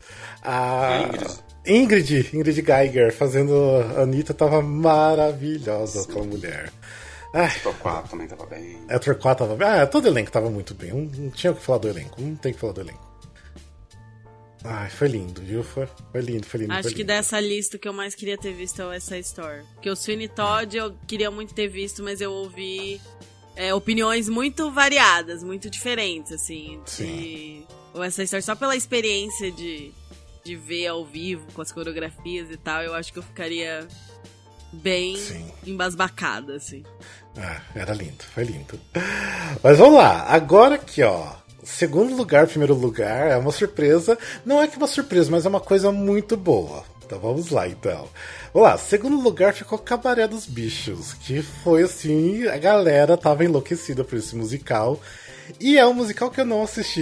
Speaker 1: Ingrid Geiger fazendo a Anitta, tava maravilhosa. Sim. Aquela mulher.
Speaker 4: Torquato também tava bem.
Speaker 1: Torquato tava bem. Todo elenco tava muito bem. Não tinha o que falar do elenco. Não tem o que falar do elenco. Foi lindo, viu? Foi lindo.
Speaker 2: Acho que dessa lista que eu mais queria ter visto é essa Story. Porque o Sweeney Todd eu queria muito ter visto, mas eu ouvi opiniões muito variadas, muito diferentes, assim.
Speaker 1: Sim.
Speaker 2: Ou essa Story só pela experiência de ver ao vivo, com as coreografias e tal, eu acho que eu ficaria bem embasbacada, assim.
Speaker 1: Era lindo, foi lindo. Mas vamos lá, agora aqui, ó. Segundo lugar, primeiro lugar, é uma surpresa. Não é que uma surpresa, mas é uma coisa muito boa. Então vamos lá, então. Vamos lá, segundo lugar ficou Cabaré dos Bichos, que foi assim, a galera tava enlouquecida por esse musical. E é um musical que eu não assisti.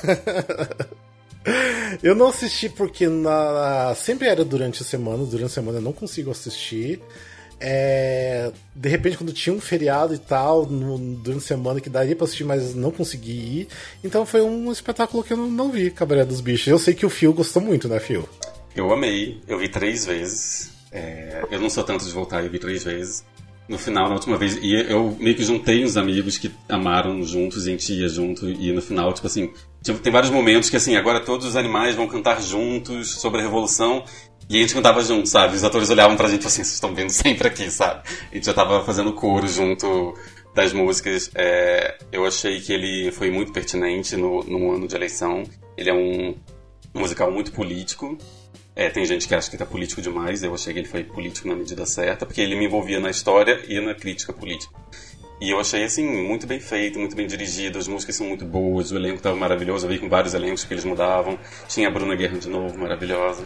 Speaker 1: Eu não assisti porque sempre era durante a semana eu não consigo assistir. De repente, quando tinha um feriado e tal, durante a semana que daria pra assistir, mas não consegui ir. Então foi um espetáculo que eu não vi, Cabaré dos Bichos. Eu sei que o Phil gostou muito, né, Phil?
Speaker 4: Eu amei, eu vi 3 vezes. Eu não sou tanto de voltar, eu vi 3 vezes. No final, na última vez, eu meio que juntei uns amigos que amaram juntos e a gente ia junto. E no final, tipo assim, tem vários momentos que assim, agora todos os animais vão cantar juntos sobre a Revolução. E a gente cantava junto, sabe? Os atores olhavam pra gente e falavam assim, vocês estão vendo sempre aqui, sabe? A gente já tava fazendo coro junto das músicas. Eu achei que ele foi muito pertinente no ano de eleição. Ele é um musical muito político. Tem gente que acha que tá político demais. Eu achei que ele foi político na medida certa, porque ele me envolvia na história e na crítica política. E eu achei, assim, muito bem feito, muito bem dirigido, as músicas são muito boas, o elenco estava maravilhoso, eu vi com vários elencos que eles mudavam, tinha a Bruna Guerra de novo, maravilhosa.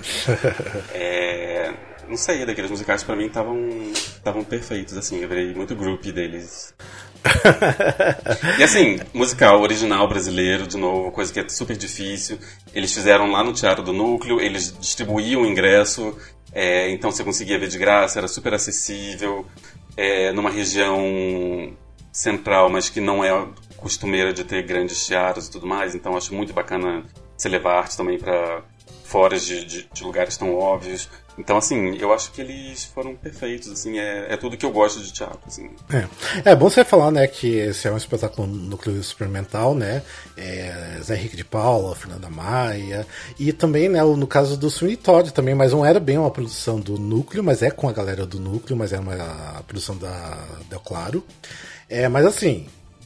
Speaker 4: Não sei, daqueles musicais pra mim estavam perfeitos, assim, eu virei muito groupie deles. E assim, musical original brasileiro, de novo, coisa que é super difícil. Eles fizeram lá no Teatro do Núcleo, eles distribuíam o ingresso, então você conseguia ver de graça, era super acessível. Numa região central, mas que não é costumeira de ter grandes teatros e tudo mais, então acho muito bacana você levar arte também para fora de lugares tão óbvios. Então, assim, eu acho que eles foram perfeitos, assim, é tudo que eu gosto de teatro, assim.
Speaker 1: É bom você falar, né, que esse é um espetáculo núcleo experimental, né, Zé Henrique de Paula, Fernanda Maia, e também, né, no caso do Sweeney Todd também, mas não era bem uma produção do núcleo, mas é com a galera do núcleo, mas é uma produção da Del Claro. Mas assim,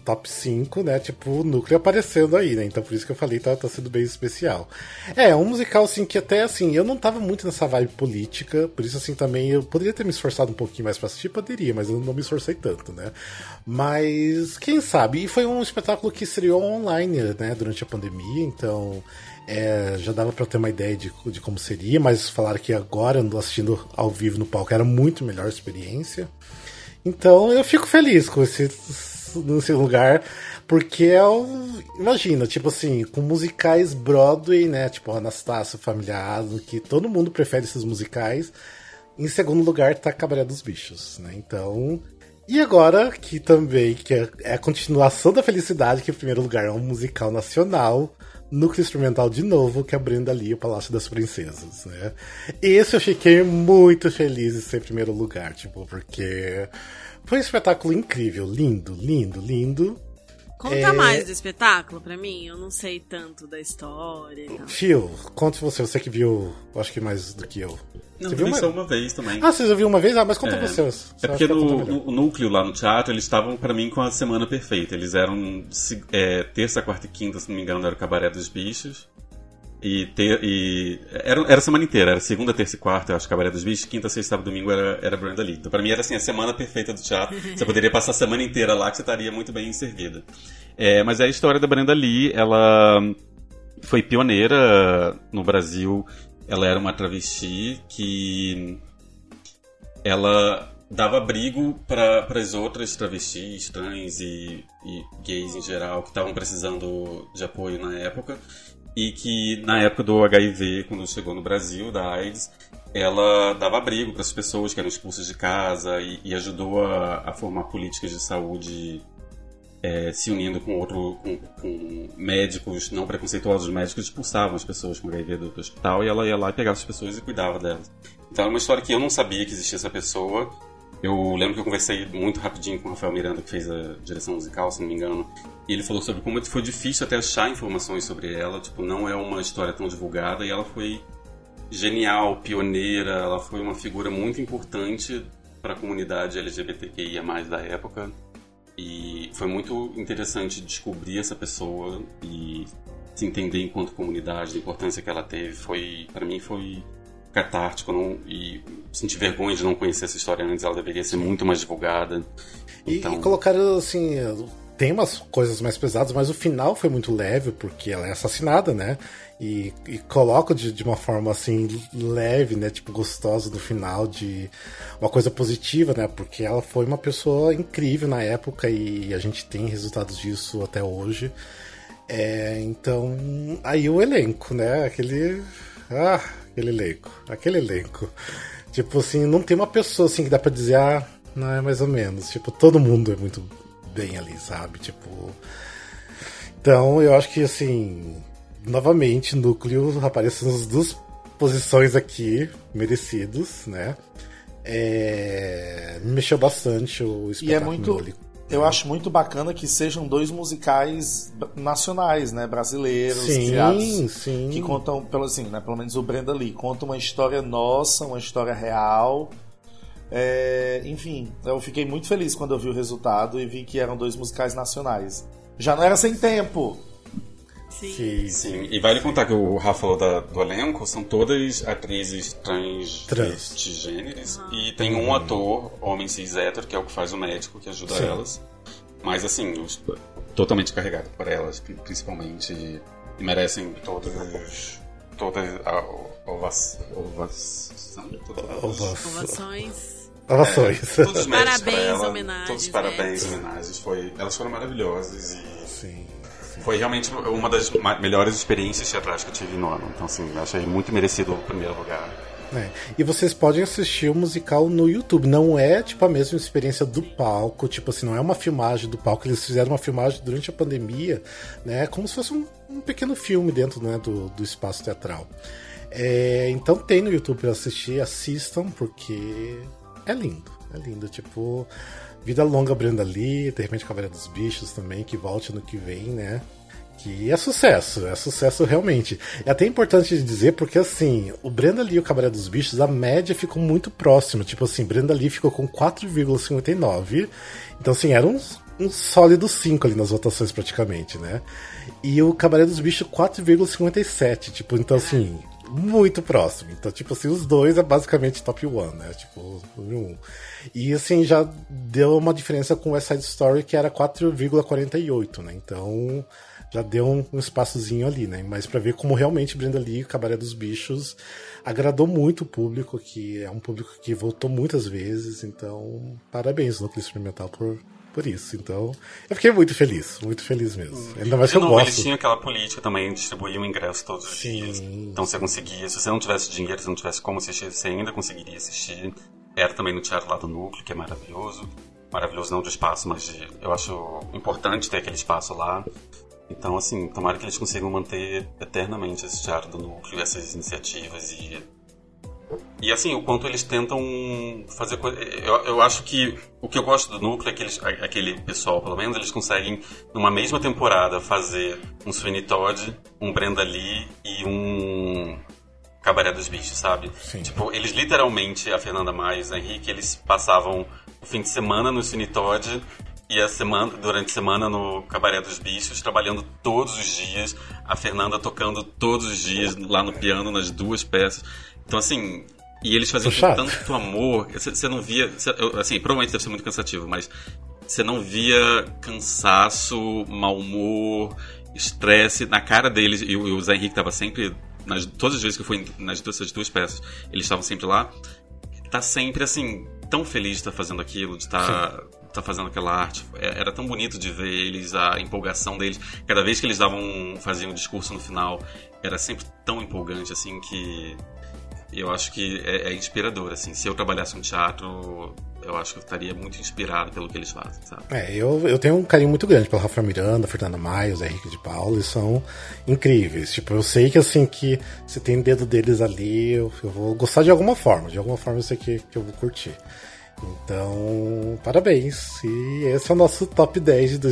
Speaker 1: top 5, né? Tipo, o núcleo aparecendo aí, né? Então por isso que eu falei, tá sendo bem especial. É, um musical, assim, que até, assim, eu não tava muito nessa vibe política, por isso, assim, também eu poderia ter me esforçado um pouquinho mais pra assistir, poderia, mas eu não me esforcei tanto, né? Mas, quem sabe? E foi um espetáculo que estreou online, né? Durante a pandemia, então... já dava pra ter uma ideia de como seria, mas falaram que agora, assistindo ao vivo no palco, era muito melhor a experiência. Então eu fico feliz com nesse lugar, porque imagina, tipo assim, com musicais Broadway, né, tipo Anastácio, Familiado, que todo mundo prefere esses musicais. Em segundo lugar tá Cabaré dos Bichos, né, então... E agora, que também que é a continuação da Felicidade, que em primeiro lugar é um musical nacional, núcleo instrumental de novo, que é a Brenda Lee e o Palácio das Princesas, né? Esse eu fiquei muito feliz de ser em primeiro lugar, tipo, porque foi um espetáculo incrível, lindo, lindo, lindo.
Speaker 2: Conta mais do espetáculo pra mim, eu não sei tanto da história e tal.
Speaker 1: Phil, conte você que viu, acho que mais do que eu.
Speaker 4: Não, eu vi só uma vez também.
Speaker 1: Ah, você já viu uma vez? Ah, mas conta você.
Speaker 4: É porque no núcleo lá no teatro, eles estavam pra mim com a semana perfeita. Eles eram terça, quarta e quinta, se não me engano, era o Cabaré dos Bichos. Era a semana inteira, era segunda, terça e quarta, eu acho, Cabaré dos Bichos, quinta, sexta, sábado e domingo era Brenda Lee. Então pra mim era assim, a semana perfeita do teatro. Você poderia passar a semana inteira lá que você estaria muito bem servida. Mas a história da Brenda Lee, ela foi pioneira no Brasil. Ela era uma travesti que ela dava abrigo para as outras travestis, trans e gays em geral que estavam precisando de apoio na época, e que na época do HIV, quando chegou no Brasil, da AIDS, ela dava abrigo para as pessoas que eram expulsas de casa e ajudou a formar políticas de saúde, se unindo com médicos não preconceituosos. Os médicos expulsavam as pessoas com HIV do hospital e ela ia lá e pegava as pessoas e cuidava delas. Então é uma história que eu não sabia que existia essa pessoa. Eu lembro que eu conversei muito rapidinho com o Rafael Miranda, que fez a direção musical, se não me engano, e ele falou sobre como foi difícil até achar informações sobre ela. Tipo, não é uma história tão divulgada, e ela foi genial, pioneira, ela foi uma figura muito importante para a comunidade LGBTQIA+, da época. E foi muito interessante descobrir essa pessoa e se entender enquanto comunidade, a importância que ela teve. Para mim foi catártico, e senti vergonha de não conhecer essa história antes. Ela deveria ser muito mais divulgada. Então... E
Speaker 1: colocaram assim, tem umas coisas mais pesadas, mas o final foi muito leve, porque ela é assassinada, né? E coloca de uma forma assim leve, né, tipo gostosa no final, de uma coisa positiva, né, porque ela foi uma pessoa incrível na época e a gente tem resultados disso até hoje. Então, aí o elenco, né, aquele elenco, tipo assim, não tem uma pessoa assim que dá pra dizer, não é mais ou menos, tipo, todo mundo é muito bem ali, sabe, tipo, então eu acho que assim, novamente, núcleo aparece nas duas posições aqui, merecidos, né? Me mexeu bastante o espetáculo.
Speaker 5: Eu acho muito bacana que sejam dois musicais nacionais, né? Brasileiros,
Speaker 1: sim,
Speaker 5: criados,
Speaker 1: sim.
Speaker 5: que contam, pelo menos o Brenda Lee, conta uma história nossa, uma história real. Enfim, eu fiquei muito feliz quando eu vi o resultado e vi que eram dois musicais nacionais. Já não era sem tempo!
Speaker 4: Sim. E vale contar que o Rafa falou do elenco, são todas atrizes transgêneres, e tem um ator, homem cis hétero, que é o que faz o médico, que ajuda elas. Mas assim, totalmente carregado por elas, principalmente, e merecem ovações. Todos
Speaker 2: parabéns, homenagens.
Speaker 4: Todos parabéns, homenagens. Elas foram maravilhosas e... Sim. Foi realmente uma das melhores experiências teatrais que eu tive no ano. Então, assim, eu achei muito merecido o primeiro lugar.
Speaker 1: E vocês podem assistir o musical no YouTube. Não é, tipo, a mesma experiência do palco. Tipo assim, não é uma filmagem do palco. Eles fizeram uma filmagem durante a pandemia, né? Como se fosse um pequeno filme dentro, né, do espaço teatral. Então tem no YouTube pra assistir. Assistam, porque é lindo. É lindo, tipo... Vida longa Brenda Lee, de repente Cabaré dos Bichos também, que volte ano que vem, né? Que é sucesso realmente. É até importante dizer porque, assim, o Brenda Lee e o Cabaré dos Bichos, a média ficou muito próxima. Tipo assim, Brenda Lee ficou com 4,59. Então, assim, eram um sólido 5 ali nas votações praticamente, né? E o Cabaré dos Bichos 4,57, tipo, então assim, muito próximo. Então, tipo assim, os dois é basicamente top 1, né? Tipo, número 1. E assim, já deu uma diferença com o West Side Story, que era 4,48, né? Então, já deu um espaçozinho ali, né? Mas pra ver como realmente Brenda Lee, o Cabaré dos Bichos, agradou muito o público, que é um público que voltou muitas vezes. Então, parabéns, Núcleo Experimental, por isso. Então, eu fiquei muito feliz mesmo. Ainda mais que eu gosto.
Speaker 4: Eles tinham aquela política também, distribuir o ingresso todos os dias. Então você conseguia, se você não tivesse dinheiro, se não tivesse como assistir, você ainda conseguiria assistir. Era também no Teatro lá do Núcleo, que é maravilhoso. Maravilhoso não do espaço, mas eu acho importante ter aquele espaço lá. Então, assim, tomara que eles consigam manter eternamente esse Teatro do Núcleo, essas iniciativas e assim, o quanto eles tentam fazer coisa. Eu acho que o que eu gosto do Núcleo é que aquele pessoal, pelo menos, eles conseguem, numa mesma temporada, fazer um Sweeney Todd, um Brenda Lee e um Cabaré dos Bichos, sabe?
Speaker 1: Sim.
Speaker 4: Tipo, eles literalmente, a Fernanda Maia e o Henrique, eles passavam o fim de semana no Sweeney Todd e durante a semana no Cabaré dos Bichos, trabalhando todos os dias, a Fernanda tocando todos os dias lá no piano, nas duas peças. Então, assim, e eles faziam com tanto amor, você não via, assim, provavelmente deve ser muito cansativo, mas você não via cansaço, mau humor, estresse na cara deles, e o Zé Henrique estava sempre, todas as vezes que eu fui nessas duas peças, eles estavam sempre lá, tá sempre, assim, tão feliz de estar fazendo aquilo, de estar fazendo aquela arte. Era tão bonito de ver eles, a empolgação deles. Cada vez que eles faziam um discurso no final, era sempre tão empolgante, assim, que eu acho que é inspirador, assim. Se eu trabalhasse no teatro, eu acho que eu estaria muito inspirado pelo que eles fazem, sabe?
Speaker 1: Eu tenho um carinho muito grande pela Rafael Miranda, Fernanda Maia, Zé Henrique de Paula, eles são incríveis. Tipo, eu sei que, assim, que se tem dedo deles ali, eu vou gostar de alguma forma. De alguma forma eu sei que eu vou curtir. Então, parabéns. E esse é o nosso top 10 de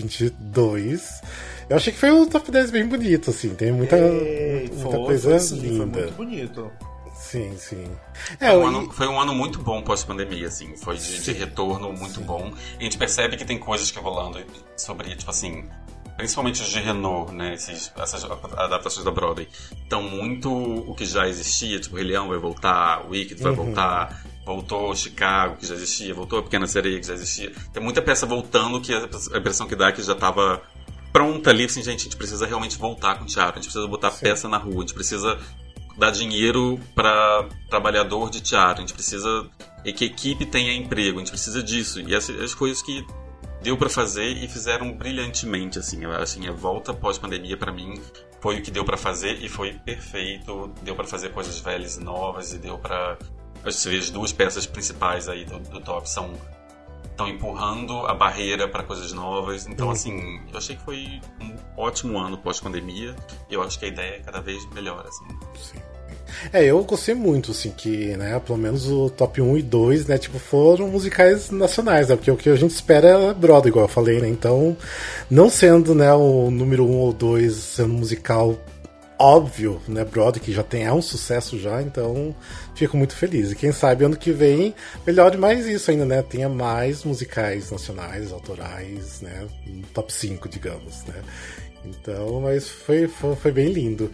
Speaker 1: 2022. Eu achei que foi um top 10 bem bonito, assim. Tem muita coisa linda.
Speaker 3: Foi muito bonito.
Speaker 1: Sim, sim.
Speaker 4: Foi um ano muito bom pós-pandemia, assim. Foi de retorno muito bom. E a gente percebe que tem coisas que rolando sobre, tipo assim, principalmente os de Renault, né? Essas adaptações da Broadway. Então, muito o que já existia, tipo, Rei Leão vai voltar, Wicked vai voltar, voltou Chicago, que já existia, voltou a Pequena Sereia, que já existia. Tem muita peça voltando que a impressão que dá é que já estava pronta ali, assim, gente, a gente precisa realmente voltar com o teatro, a gente precisa botar peça na rua, a gente precisa dar dinheiro para trabalhador de teatro, a gente precisa que a equipe tenha emprego, a gente precisa disso. E as coisas que deu para fazer e fizeram brilhantemente, assim. A volta pós-pandemia para mim foi o que deu para fazer e foi perfeito. Deu para fazer coisas velhas e novas e deu para as duas peças principais aí do top estão empurrando a barreira para coisas novas. Então, assim, eu achei que foi um ótimo ano pós-pandemia e eu acho que a ideia é cada vez melhor, assim.
Speaker 1: Sim. Eu gostei muito, assim, que, né, pelo menos o top 1 e 2, né, tipo, foram musicais nacionais, né, porque o que a gente espera é Broadway, igual eu falei, né, então, não sendo, né, o número 1 ou 2 sendo musical óbvio, né, Broadway, que já é um sucesso já, então fico muito feliz. E quem sabe ano que vem melhore mais isso ainda, né, tenha mais musicais nacionais, autorais, né, no top 5, digamos, né. Então, mas foi bem lindo.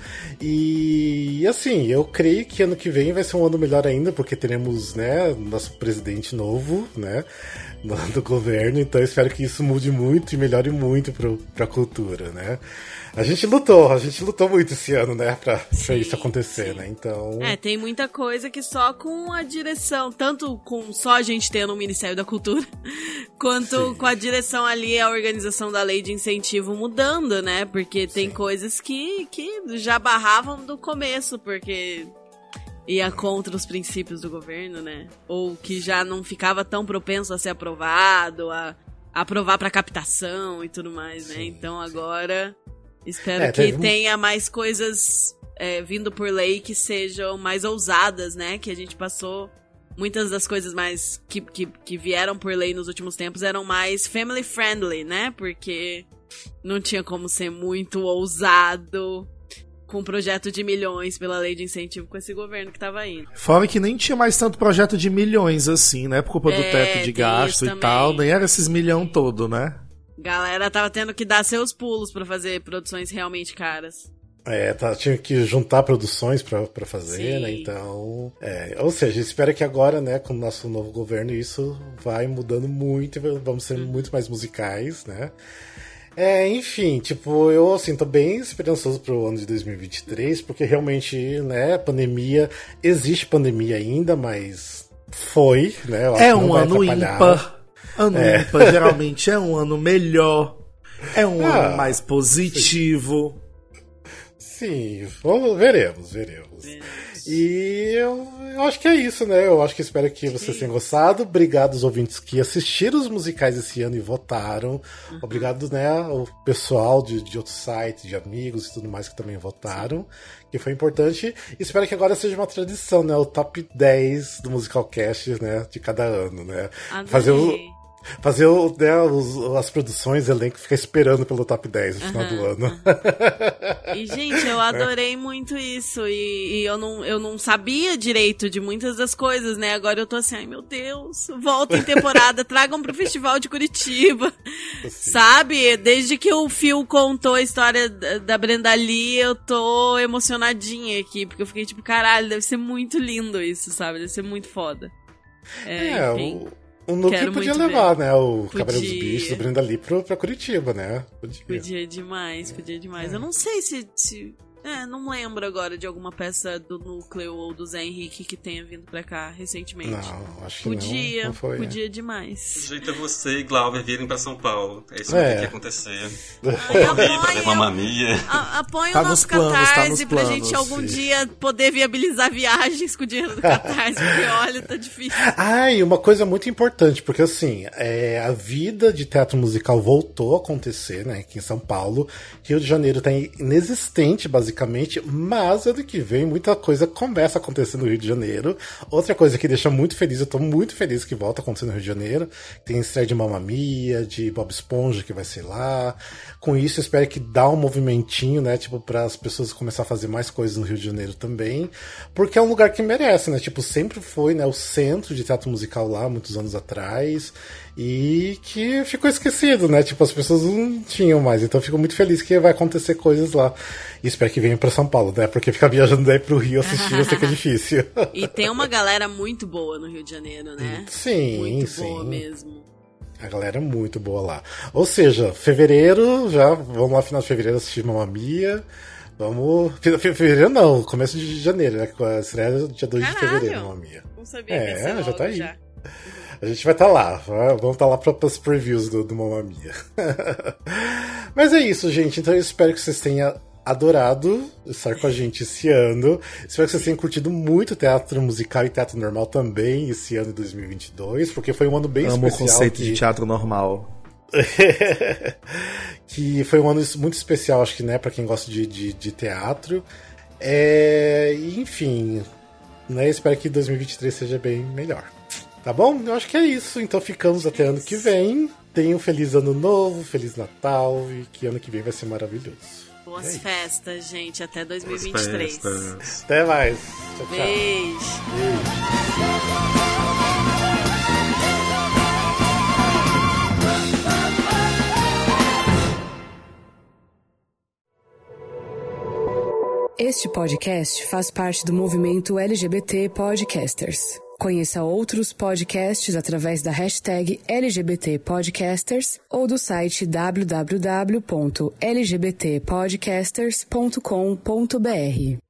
Speaker 1: E assim, eu creio que ano que vem vai ser um ano melhor ainda, porque teremos, né, nosso presidente novo, né, do governo, então eu espero que isso mude muito e melhore muito pra cultura, né. A gente lutou muito esse ano, né, pra isso acontecer, né, então...
Speaker 2: tem muita coisa que só com a direção, tanto com só a gente tendo o Ministério da Cultura, quanto com a direção ali, a organização da lei de incentivo mudando, né, porque tem coisas que já barravam do começo, porque ia contra os princípios do governo, né, ou que já não ficava tão propenso a ser aprovado, a aprovar pra captação e tudo mais, né, então agora... Espero que tenha mais coisas vindo por lei que sejam mais ousadas, né? Que a gente passou... Muitas das coisas mais que vieram por lei nos últimos tempos eram mais family friendly, né? Porque não tinha como ser muito ousado com um projeto de milhões pela lei de incentivo com esse governo que tava indo.
Speaker 5: Fora que nem tinha mais tanto projeto de milhões assim, né? Por culpa do teto de gasto e tal. Nem era esses milhão todo, né?
Speaker 2: Galera tava tendo que dar seus pulos pra fazer produções realmente caras.
Speaker 1: Tinha que juntar produções pra fazer,
Speaker 2: Sim.
Speaker 1: né? Então, ou seja, espero que agora, né, com o nosso novo governo, isso vai mudando muito, vamos ser muito mais musicais, né? Enfim, tipo, eu, assim, tô bem esperançoso pro ano de 2023, porque realmente, né, pandemia, existe pandemia ainda, mas foi, né? Eu acho
Speaker 5: É
Speaker 1: que não
Speaker 5: um
Speaker 1: vai
Speaker 5: ano
Speaker 1: atrapalhar.
Speaker 5: ímpar. Ano ímpar geralmente é um ano melhor, é um ano mais positivo.
Speaker 1: Sim, veremos. E eu acho que é isso, né? Eu acho que espero que vocês tenham gostado. Obrigado aos ouvintes que assistiram os musicais esse ano e votaram. Obrigado, né, ao pessoal de outros sites, de amigos e tudo mais que também votaram, que foi importante. E espero que agora seja uma tradição, né? O top 10 do Musicalcast, né? De cada ano, né?
Speaker 2: Adorei.
Speaker 1: Fazer né, as produções, elenco, ficar esperando pelo top 10 no final do ano.
Speaker 2: E, gente, eu adorei muito isso. E eu não sabia direito de muitas das coisas, né? Agora eu tô assim, ai meu Deus, volta em temporada, tragam pro Festival de Curitiba. Sim. Sabe? Desde que o Phil contou a história da Brenda Lee, eu tô emocionadinha aqui, porque eu fiquei tipo, caralho, deve ser muito lindo isso, sabe? Deve ser muito foda. Enfim.
Speaker 1: O Nuke podia levar, né, o Cabelo dos Bichos, o Brenda Lee pra Curitiba, né?
Speaker 2: Podia demais. Eu não sei se não lembro agora de alguma peça do Núcleo ou do Zé Henrique que tenha vindo pra cá recentemente.
Speaker 1: Não, acho que não foi.
Speaker 2: Podia demais.
Speaker 4: O jeito é você e Glauber virem pra São Paulo. É isso que tem que acontecer.
Speaker 2: Apoio
Speaker 4: Mamma Mia.
Speaker 2: Apoia o nosso Catarse pra gente algum dia poder viabilizar viagens com o dinheiro do Catarse, porque olha, tá difícil.
Speaker 1: E uma coisa muito importante, porque assim, a vida de teatro musical voltou a acontecer, né, aqui em São Paulo. Rio de Janeiro tá inexistente, basicamente, mas ano que vem muita coisa começa a acontecer no Rio de Janeiro. Outra coisa que deixa muito feliz, eu tô muito feliz que volta a acontecer no Rio de Janeiro, tem estreia de Mamma Mia, de Bob Esponja que vai ser lá. Com isso eu espero que dá um movimentinho, né, tipo, para as pessoas começar a fazer mais coisas no Rio de Janeiro também, porque é um lugar que merece, né, tipo, sempre foi, né, o centro de teatro musical lá, muitos anos atrás, e que ficou esquecido, né, tipo, as pessoas não tinham mais, então eu fico muito feliz que vai acontecer coisas lá, e espero que venham pra São Paulo, né, porque ficar viajando daí pro Rio assistir eu sei que é difícil.
Speaker 2: E tem uma galera muito boa no Rio de Janeiro, né?
Speaker 1: Sim,
Speaker 2: muito
Speaker 1: sim.
Speaker 2: boa mesmo.
Speaker 1: A galera é muito boa lá. Ou seja, fevereiro, já vamos lá, final de fevereiro, assistir Mamma Mia. Vamos. Fevereiro não, começo de janeiro, né? Com a estreia dia 2 de fevereiro, Mamma Mia.
Speaker 2: Não sabia que ia ser
Speaker 1: já tá aí.
Speaker 2: Já.
Speaker 1: A gente vai estar lá. Vamos estar lá para as previews do Mamma Mia. Mas é isso, gente. Então eu espero que vocês tenham adorado estar com a gente esse ano. Espero que vocês tenham curtido muito teatro musical e teatro normal também esse ano de 2022, porque foi um ano bem especial.
Speaker 5: Amo o conceito de teatro normal.
Speaker 1: Que foi um ano muito especial, acho que, né, pra quem gosta de teatro. Enfim, né, espero que 2023 seja bem melhor. Tá bom? Eu acho que é isso. Então ficamos até ano que vem. Tenham um feliz ano novo, feliz Natal e que ano que vem vai ser maravilhoso.
Speaker 2: Boas festas, gente. Até 2023.
Speaker 1: Até mais. Tchau, tchau.
Speaker 2: Beijo.
Speaker 6: Este podcast faz parte do movimento LGBT Podcasters. Conheça outros podcasts através da hashtag LGBT Podcasters ou do site www.lgbtpodcasters.com.br.